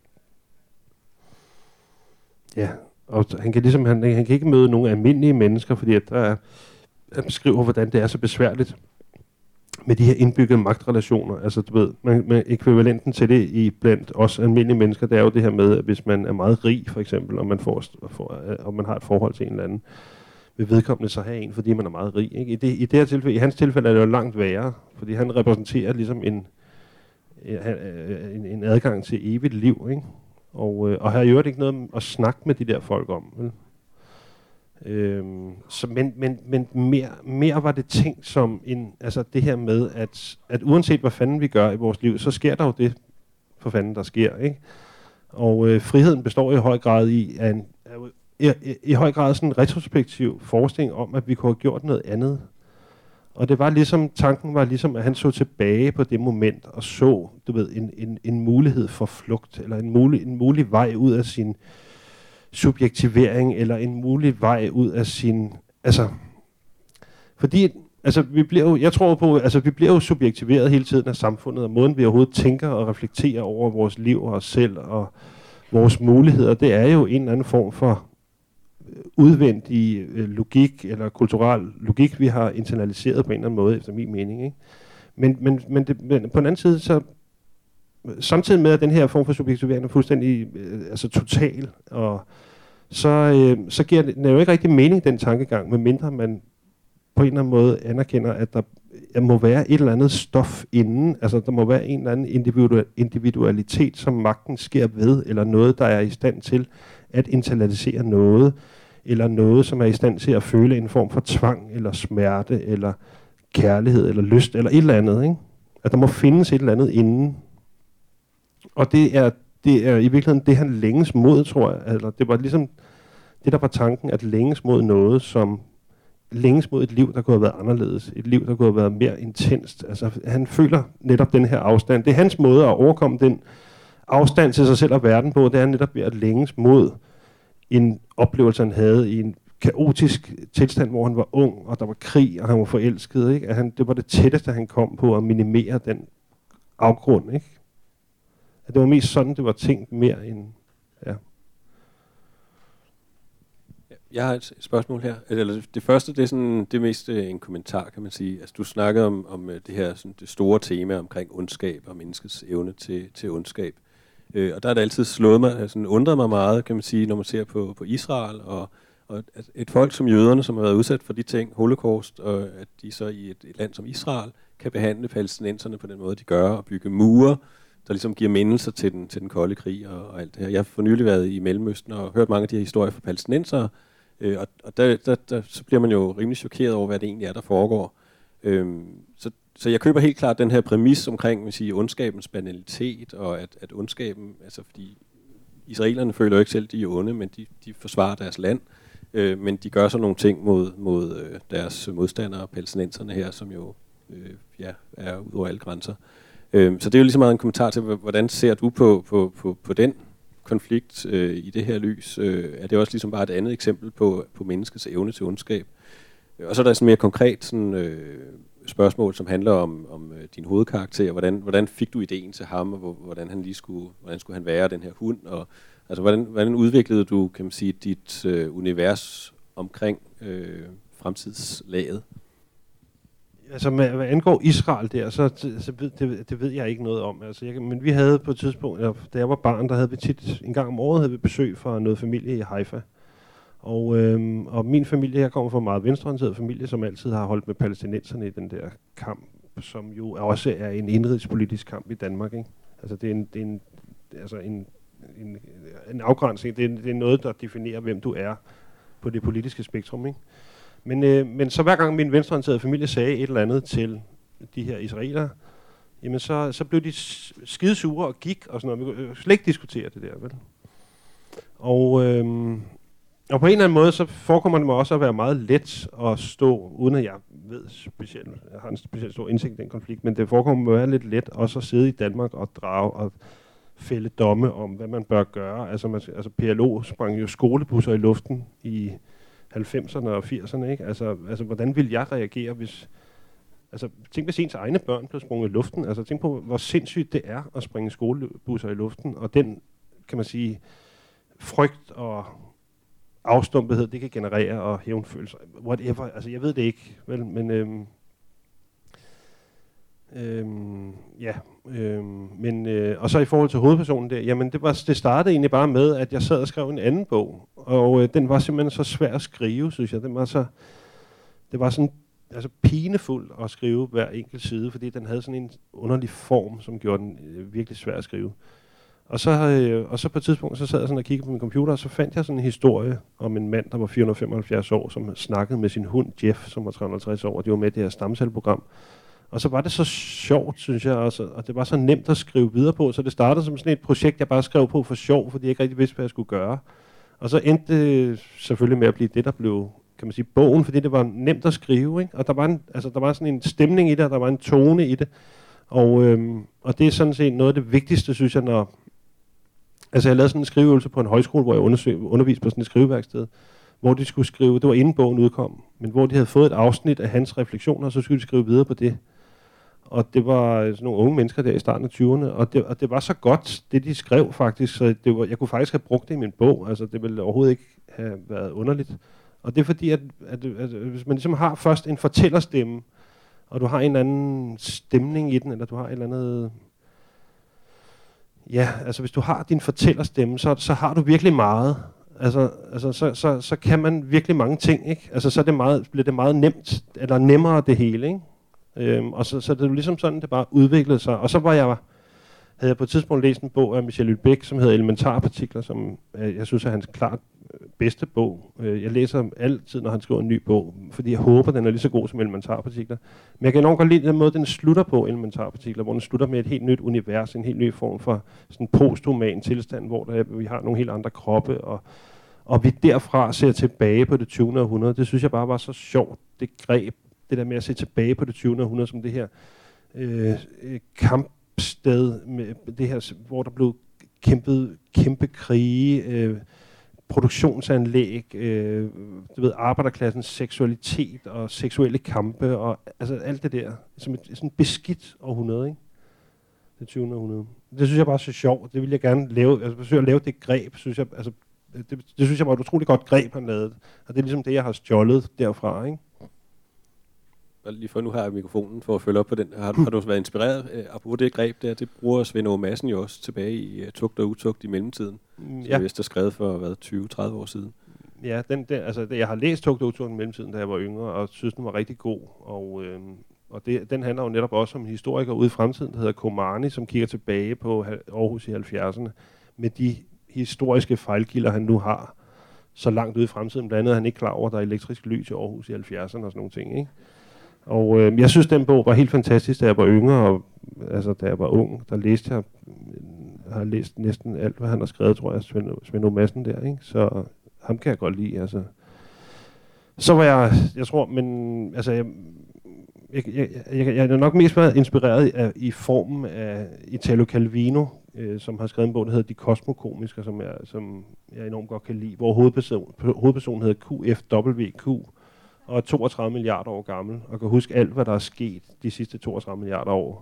ja, og han kan ligesom, han kan ikke møde nogle almindelige mennesker, fordi at han beskriver, hvordan det er så besværligt med de her indbyggede magtrelationer. Altså, du ved, man ekvivalenten til det i blandt os almindelige mennesker, det er jo det her med, at hvis man er meget rig, for eksempel, og man har et forhold til en eller anden, vil vedkommende så have en, fordi man er meget rig. Ikke? I det her tilfælde, i hans tilfælde er det jo langt værre, fordi han repræsenterer ligesom en adgang til evigt liv, ikke? Og har jo ikke noget at snakke med de der folk om. Vel? Men mere var det tænkt som altså det her med, at uanset hvad fanden vi gør i vores liv, så sker der jo det for fanden, der sker. Ikke? Og friheden består i høj grad i høj grad sådan en retrospektiv forestilling om, at vi kunne have gjort noget andet. Og det var ligesom, tanken var ligesom, at han så tilbage på det moment og så, du ved, en mulighed for flugt, eller en mulig vej ud af sin subjektivering, eller en mulig vej ud af sin, altså, fordi, altså, jeg tror på, altså, vi bliver jo subjektiveret hele tiden af samfundet, og måden vi overhovedet tænker og reflekterer over vores liv og os selv, og vores muligheder, det er jo en eller anden form for udvendig logik, eller kulturel logik, vi har internaliseret på en eller anden måde, efter min mening, ikke? Men på den anden side, så samtidig med, at den her form for subjektivering er fuldstændig altså total, og så giver det jo ikke rigtig mening, den tankegang, medmindre man på en eller anden måde anerkender, at der må være et eller andet stof inden, altså der må være en eller anden individualitet, som magten sker ved, eller noget, der er i stand til at internalisere noget, eller noget, som er i stand til at føle en form for tvang, eller smerte, eller kærlighed, eller lyst, eller et eller andet, ikke? At der må findes et eller andet inden. Og det er i virkeligheden det, han længes mod, tror jeg. Eller det var ligesom det, der var tanken, at længes mod noget, som længes mod et liv, der kunne have været anderledes. Et liv, der kunne have været mere intenst. Altså, han føler netop den her afstand. Det er hans måde at overkomme den afstand til sig selv og verden på. Det er netop ved at længes mod en oplevelse, han havde i en kaotisk tilstand, hvor han var ung, og der var krig, og han var forelsket. Ikke? At det var det tætteste, han kom på at minimere den afgrund. Ikke? At det var mest sådan, det var tænkt mere end... Ja. Jeg har et spørgsmål her. Eller det første, det er sådan, det er mest en kommentar, kan man sige. Altså, du snakkede om det her sådan, det store tema omkring ondskab og menneskets evne til ondskab. Og der er det altid slået mig, altså undret mig meget, kan man sige, når man ser på Israel og et folk som jøderne, som har været udsat for de ting, holocaust, og at de så i et land som Israel kan behandle palæstinenserne på den måde, de gør, og bygge mure, der ligesom giver mindelser til den kolde krig og alt det her. Jeg har for nylig været i Mellemøsten og hørt mange af de her historier fra palæstinensere, og der så bliver man jo rimelig chokeret over, hvad det egentlig er, der foregår. Så jeg køber helt klart den her præmis omkring, vil sige, ondskabens banalitet, og at ondskaben, altså fordi israelerne føler jo ikke selv, de er onde, men de forsvarer deres land, men de gør så nogle ting mod deres modstandere, palæstinenserne her, som jo er ud over alle grænser. Så det er jo lige så meget en kommentar til, hvordan ser du på den konflikt i det her lys? Er det også ligesom bare et andet eksempel på menneskets evne til ondskab? Og så er der sådan mere konkret sådan, spørgsmål, som handler om din hovedkarakter. Hvordan fik du ideen til ham, og hvordan skulle han være, den her hund? Og, altså, hvordan udviklede du, kan man sige, dit univers omkring fremtidslaget? Altså, hvad angår Israel der, så det ved jeg ikke noget om. Altså, men vi havde på et tidspunkt, da jeg var barn, der havde vi tit, en gang om året havde vi besøg fra noget familie i Haifa. Og min familie, jeg kommer fra en meget venstreorienteret familie, som altid har holdt med palæstinenserne i den der kamp, som jo også er en indrigspolitisk kamp i Danmark, ikke? Altså, det er en afgrænsning. Det er noget, der definerer, hvem du er på det politiske spektrum, ikke? Men så hver gang min venstreorienterede familie sagde et eller andet til de her israelere, jamen så blev de skidesure og gik og sådan noget. Vi kunne slet ikke diskutere det der, vel? Og på en eller anden måde, så forekommer det mig også at være meget let at stå, uden at jeg ved specielt, jeg har en specielt stor indsigt i den konflikt, men det forekommer mig at være lidt let også at sidde i Danmark og drage og fælde domme om, hvad man bør gøre. Altså PLO sprang jo skolebusser i luften i 90'erne og 80'erne, ikke? Altså hvordan vil jeg reagere, hvis... Altså, tænk hvis ens egne børn blev sprunget i luften. Altså, tænk på, hvor sindssygt det er at springe skolebusser i luften, og den, kan man sige, frygt og afstumpethed, det kan generere, og hævnfølelser, whatever. Altså, jeg ved det ikke, vel, men... og så i forhold til hovedpersonen der, jamen det startede egentlig bare med, at jeg sad og skrev en anden bog, og den var simpelthen så svær at skrive, synes jeg. Det var sådan altså pinefuld at skrive hver enkelt side, fordi den havde sådan en underlig form, som gjorde den virkelig svær at skrive. Og så på et tidspunkt, så sad jeg sådan og kiggede på min computer, og så fandt jeg sådan en historie om en mand, der var 475 år, som snakkede med sin hund Jeff, som var 350 år, og de var med i det her stamcelleprogram. Og så var det så sjovt, synes jeg, og det var så nemt at skrive videre på, så det startede som sådan et projekt, jeg bare skrev på for sjov, fordi jeg ikke rigtig vidste, hvad jeg skulle gøre. Og så endte det selvfølgelig med at blive det, der blev, kan man sige, bogen, fordi det var nemt at skrive, ikke? Og der var sådan en stemning i det, og der var en tone i det. Og det er sådan set noget af det vigtigste, synes jeg, når... Altså jeg lavede sådan en skriveøvelse på en højskole, hvor jeg underviste på sådan et skriveværksted, hvor de skulle skrive, det var inden bogen udkom, men hvor de havde fået et afsnit af hans refleksioner, og så skulle de skrive videre på det. Og det var sådan nogle unge mennesker der i starten af 20'erne, og det var så godt, det de skrev faktisk, så jeg kunne faktisk have brugt det i min bog, altså det ville overhovedet ikke have været underligt. Og det er fordi, at hvis man ligesom har først en fortællerstemme, og du har en eller anden stemning i den, eller du har et eller andet... Ja, altså hvis du har din fortællerstemme, så har du virkelig meget. Så kan man virkelig mange ting, ikke? Altså så bliver det meget nemt, eller nemmere det hele, ikke? Og så det er ligesom sådan, det bare udviklede sig. Og så havde jeg på et tidspunkt læst en bog af Michel Houellebecq, som hedder Elementarpartikler, som jeg synes er hans klart bedste bog. Jeg læser altid, når han skriver en ny bog, fordi jeg håber, den er lige så god som Elementarpartikler. Men jeg kan enormt godt lide den måde, den slutter på, Elementarpartikler, hvor den slutter med et helt nyt univers, en helt ny form for sådan en posthuman tilstand, hvor vi har nogle helt andre kroppe, og vi derfra ser tilbage på det 20. århundrede. Det synes jeg bare var så sjovt, det greb, det der med at se tilbage på det 20. århundrede, som det her kampsted, med det her, hvor der blev kæmpet kæmpe krige, produktionsanlæg, du ved, arbejderklassens seksualitet og seksuelle kampe, og altså alt det der, som et sådan beskidt århundrede, ikke? Det 20. århundrede. Det synes jeg bare er så sjovt. Det vil jeg gerne lave, altså forsøge at lave det greb, synes jeg, altså det synes jeg var et utroligt godt greb, han lavede. Og det er ligesom det, jeg har stjålet derfra, ikke? Lige for nu har jeg mikrofonen for at følge op på den. Har du været inspireret apropos det greb der? Det bruger Svend Aage Madsen jo også tilbage i Tugt og Utugt i mellemtiden. Så jeg vist har skrevet for 20-30 år siden. Ja, jeg har læst Tugt og Utugt i mellemtiden, da jeg var yngre, og synes den var rigtig god. Og den handler jo netop også om en historiker ude i fremtiden, der hedder Komani, som kigger tilbage på Aarhus i 70'erne med de historiske fejlkilder, han nu har så langt ude i fremtiden. Blandt andet er han ikke klar over, at der er elektrisk lys i Aarhus i 70'erne og sådan nogle ting, ikke? Og jeg synes, den bog var helt fantastisk, da jeg var yngre, og altså, da jeg var ung, der læste jeg har læst næsten alt, hvad han har skrevet, tror jeg, Svend Aage Madsen der, ikke? Så ham kan jeg godt lide, altså. Så var jeg tror, men altså, jeg er nok mest været inspireret i formen af Italo Calvino, som har skrevet en bog, der hedder De Kosmokomiske, som jeg enormt godt kan lide, hvor hovedpersonen hedder QFWQ, og er 32 milliarder år gammel, og kan huske alt, hvad der er sket de sidste 32 milliarder år.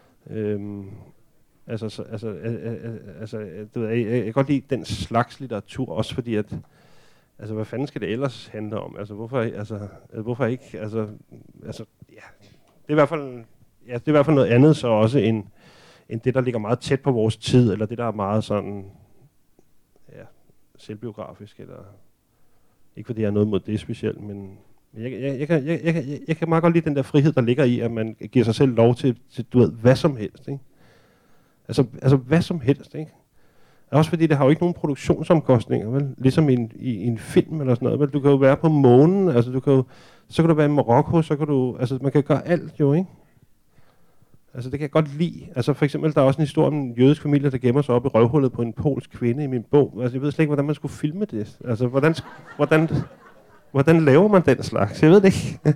Du ved, jeg kan godt lide den slags litteratur, også fordi at, altså hvad fanden skal det ellers handle om? Altså hvorfor ikke? Ja. Det er i hvert fald, ja, det er i hvert fald noget andet så også end det, der ligger meget tæt på vores tid, eller det, der er meget sådan, ja, selvbiografisk, eller ikke fordi jeg er noget mod det specielt, men jeg kan meget godt lide den der frihed, der ligger i, at man giver sig selv lov til du ved, hvad som helst, ikke? Altså hvad som helst, ikke? Også fordi det har jo ikke nogen produktionsomkostninger, vel? Ligesom i en film eller sådan noget, vel? Du kan jo være på månen, altså så kan du være i Marokko, så kan du, altså man kan gøre alt jo, ikke? Altså det kan jeg godt lide. Altså for eksempel, der er også en historie om en jødisk familie, der gemmer sig op i røvhullet på en polsk kvinde i min bog. Altså jeg ved slet ikke, hvordan man skulle filme det. Altså hvordan laver man den slags? Jeg ved det ikke.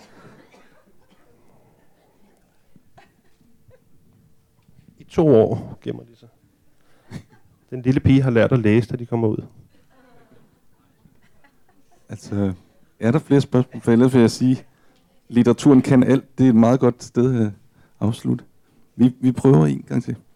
I 2 år gemmer de sig. Den lille pige har lært at læse, da de kommer ud. Altså, er der flere spørgsmål? For ellers vil jeg sige, litteraturen kan alt. Det er et meget godt sted at afslutte. Vi prøver en gang til.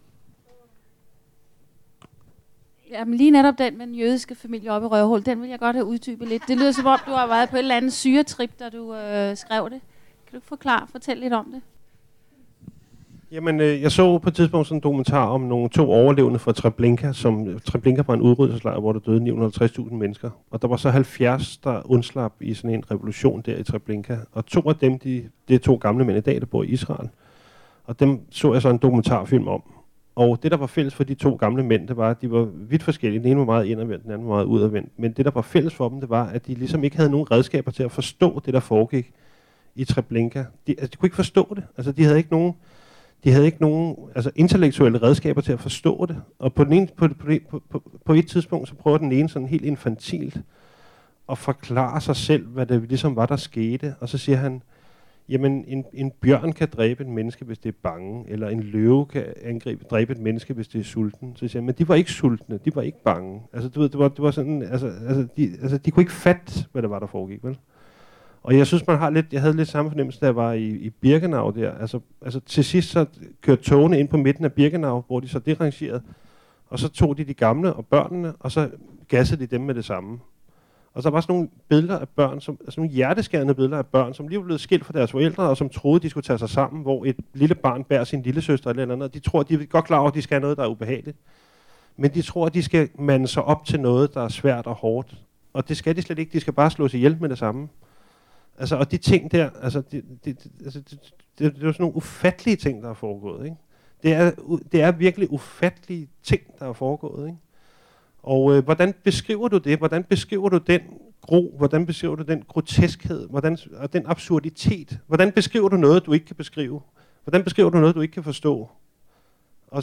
Jamen lige netop den med den jødiske familie oppe i røvhul, den vil jeg godt have uddybet lidt. Det lyder som om, du har været på et eller andet syretrip, da du skrev det. Kan du fortælle lidt om det? Jamen, jeg så på et tidspunkt sådan en dokumentar om nogle 2 overlevende fra Treblinka, Treblinka var en udryddelseslejr, hvor der døde 950.000 mennesker. Og der var så 70, der undslap i sådan en revolution der i Treblinka. Og 2 af dem, det er 2 gamle mænd i dag, der bor i Israel. Og dem så jeg så en dokumentarfilm om. Og det, der var fælles for de 2 gamle mænd, det var, at de var vidt forskellige. Den ene var meget indadvendt, den anden var meget udadvendt. Men det, der var fælles for dem, det var, at de ligesom ikke havde nogen redskaber til at forstå det, der foregik i Treblinka. De kunne ikke forstå det. Altså, de havde ikke nogen altså, intellektuelle redskaber til at forstå det. Og på et tidspunkt, så prøver den ene sådan helt infantilt at forklare sig selv, hvad det ligesom var, der skete. Og så siger han, jamen en bjørn kan dræbe et menneske, hvis det er bange, eller en løve kan dræbe et menneske, hvis det er sulten. Så siger han, men de var ikke sultne, de var ikke bange. Altså du ved, det var sådan, de kunne ikke fatte, hvad det var, der foregik, vel? Og jeg synes, jeg havde lidt samme fornemmelse, da jeg var i Birkenau der. Altså til sidst så kørte togene ind på midten af Birkenau, hvor de så derangerede, og så tog de gamle og børnene, og så gassede de dem med det samme. Og så var sådan nogle billeder af børn, sådan nogle hjerteskærende billeder af børn, som lige var blevet skilt fra deres forældre, og som troede, de skulle tage sig sammen, hvor et lille barn bærer sin lillesøster eller andet. De tror, de er godt klar over, at de skal have noget, der er ubehageligt. Men de tror, at de skal mande sig op til noget, der er svært og hårdt. Og det skal de slet ikke. De skal bare slås ihjel med det samme. Altså, og de ting der, altså, det er jo sådan nogle ufattelige ting, der er foregået, ikke? Det er virkelig ufattelige ting, der er foregået, ikke? Og hvordan beskriver du det? Hvordan beskriver du den gro? Hvordan beskriver du den groteskhed? Og den absurditet? Hvordan beskriver du noget, du ikke kan beskrive? Hvordan beskriver du noget, du ikke kan forstå? Og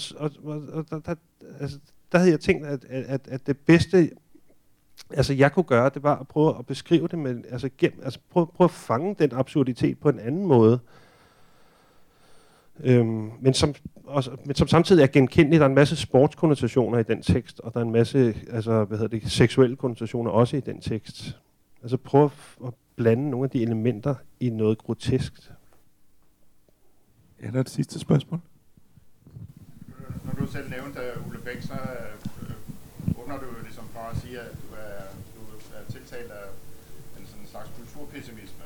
der havde jeg tænkt, at det bedste, altså jeg kunne gøre, det var at prøve at beskrive det med, prøve at fange den absurditet på en anden måde. Men som samtidig er genkendeligt. Der er en masse sportskonnotationer i den tekst, og der er en masse seksuelle konnotationer også i den tekst. Altså prøv at blande nogle af de elementer i noget groteskt. Er der et sidste spørgsmål? Når du selv nævnte Ulle Bæk, så åbner du ligesom for at sige, at du er tiltalt af en sådan slags kulturpessimisme.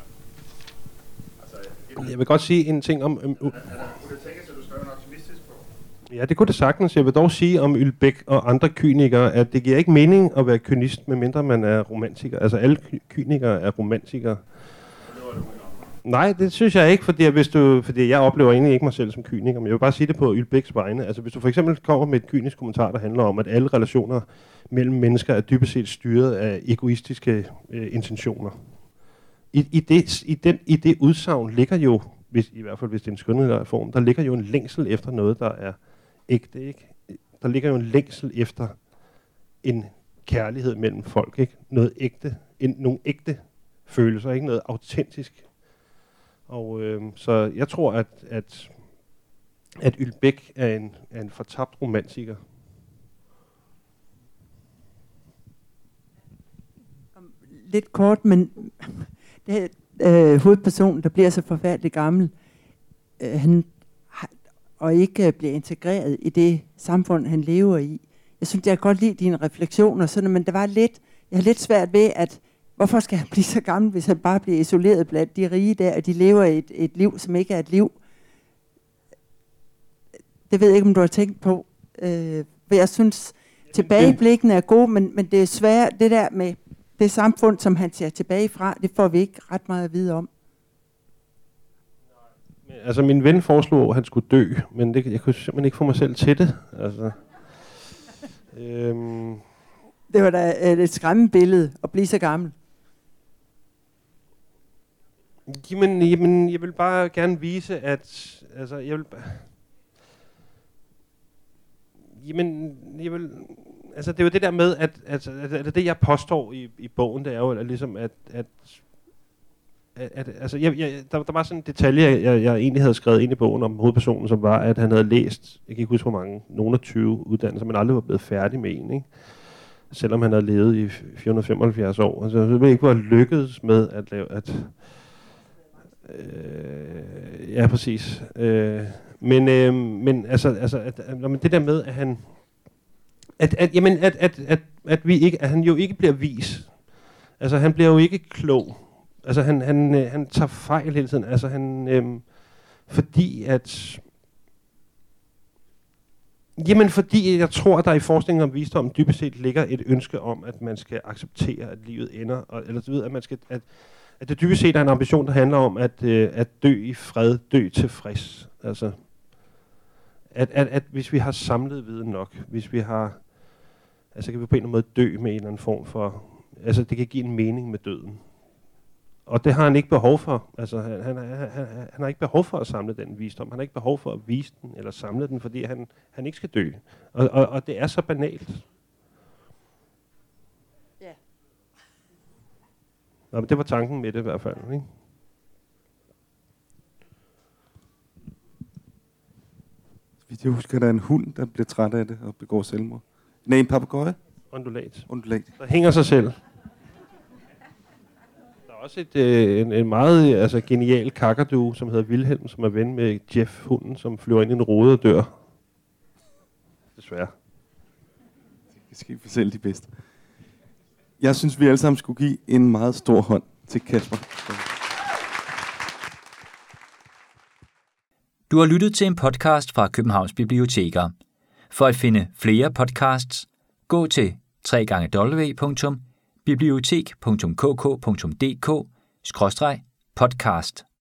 Jeg vil godt sige en ting om... Kunne det tænkes, at du skrev en optimistisk på? Ja, det kunne det sagtens. Jeg vil dog sige om Ylbæk og andre kynikere, at det giver ikke mening at være kynist, medmindre man er romantiker. Altså alle kynikere er romantikere. Nej, det synes jeg ikke, fordi jeg oplever egentlig ikke mig selv som kyniker, men jeg vil bare sige det på Ylbæks vegne. Altså hvis du for eksempel kommer med et kynisk kommentar, der handler om, at alle relationer mellem mennesker er dybest set styret af egoistiske intentioner. I det udsagn ligger jo, i hvert fald hvis det er en skønlitterær form, der ligger jo en længsel efter noget, der er ægte, ikke? Der ligger jo en længsel efter en kærlighed mellem folk, ikke? Noget ægte, nogle ægte følelser, ikke noget autentisk. Og så jeg tror, at Ylbæk er en fortabt romantiker. Lidt kort, men hovedpersonen, der bliver så forfærdeligt gammel, og ikke bliver integreret i det samfund, han lever i. Jeg synes, jeg kan godt lide dine refleksioner, sådan, men jeg har lidt svært ved, at hvorfor skal han blive så gammel, hvis han bare bliver isoleret blandt de rige der, og de lever et liv, som ikke er et liv. Det ved jeg ikke, om du har tænkt på. For jeg synes, tilbageblikken er god, men det er svært, det der med det samfund, som han ser tilbage fra, det får vi ikke ret meget at vide om. Altså, min ven foreslog, at han skulle dø, men jeg kunne simpelthen ikke få mig selv til det. Altså, Det var da et skræmmende billede at blive så gammel. Jamen, jeg vil bare gerne vise, at... Altså, altså, det er jo det der med, at det, jeg påstår i bogen, det er jo ligesom, altså, der var sådan en detalje, jeg egentlig havde skrevet ind i bogen om hovedpersonen, som var, at han havde læst, jeg kan ikke huske hvor mange, nogle af 20 uddannelser, men aldrig var blevet færdig med en, ikke? Selvom han havde levet i 475 år. Altså, så ville ikke være lykkedes med at lave, ja, præcis. Men det der med, at vi ikke, at han jo ikke bliver vis. Altså, han bliver jo ikke klog. Altså, han tager fejl hele tiden. Altså, fordi jeg tror, at der i forskningen om visdom dybest set ligger et ønske om, at man skal acceptere, at livet ender, eller du ved, at man skal, at det dybest set er en ambition, der handler om at dø i fred, dø tilfreds. Altså, at hvis vi har samlet viden nok, hvis vi har, altså kan vi på en eller anden måde dø med en eller anden form for, altså det kan give en mening med døden. Og det har han ikke behov for. Altså han har ikke behov for at samle den visdom. Han har ikke behov for at vise den eller samle den, fordi han ikke skal dø. Og det er så banalt. Ja. Nå, men det var tanken med det i hvert fald, ikke? Hvis jeg husker, der er en hund, der bliver træt af det og begår selvmord. Nej, en papegøje? Undulat. Der hænger sig selv. Der er også en meget genial kakadu, som hedder Wilhelm, som er ven med Jeff, hunden, som flyver ind i en rode og dør. Desværre. Det kan ske for selv de bedste. Jeg synes, vi alle sammen skulle give en meget stor hånd til Kasper. Du har lyttet til en podcast fra Københavns Biblioteker. For at finde flere podcasts, gå til www.bibliotek.kk.dk/podcast.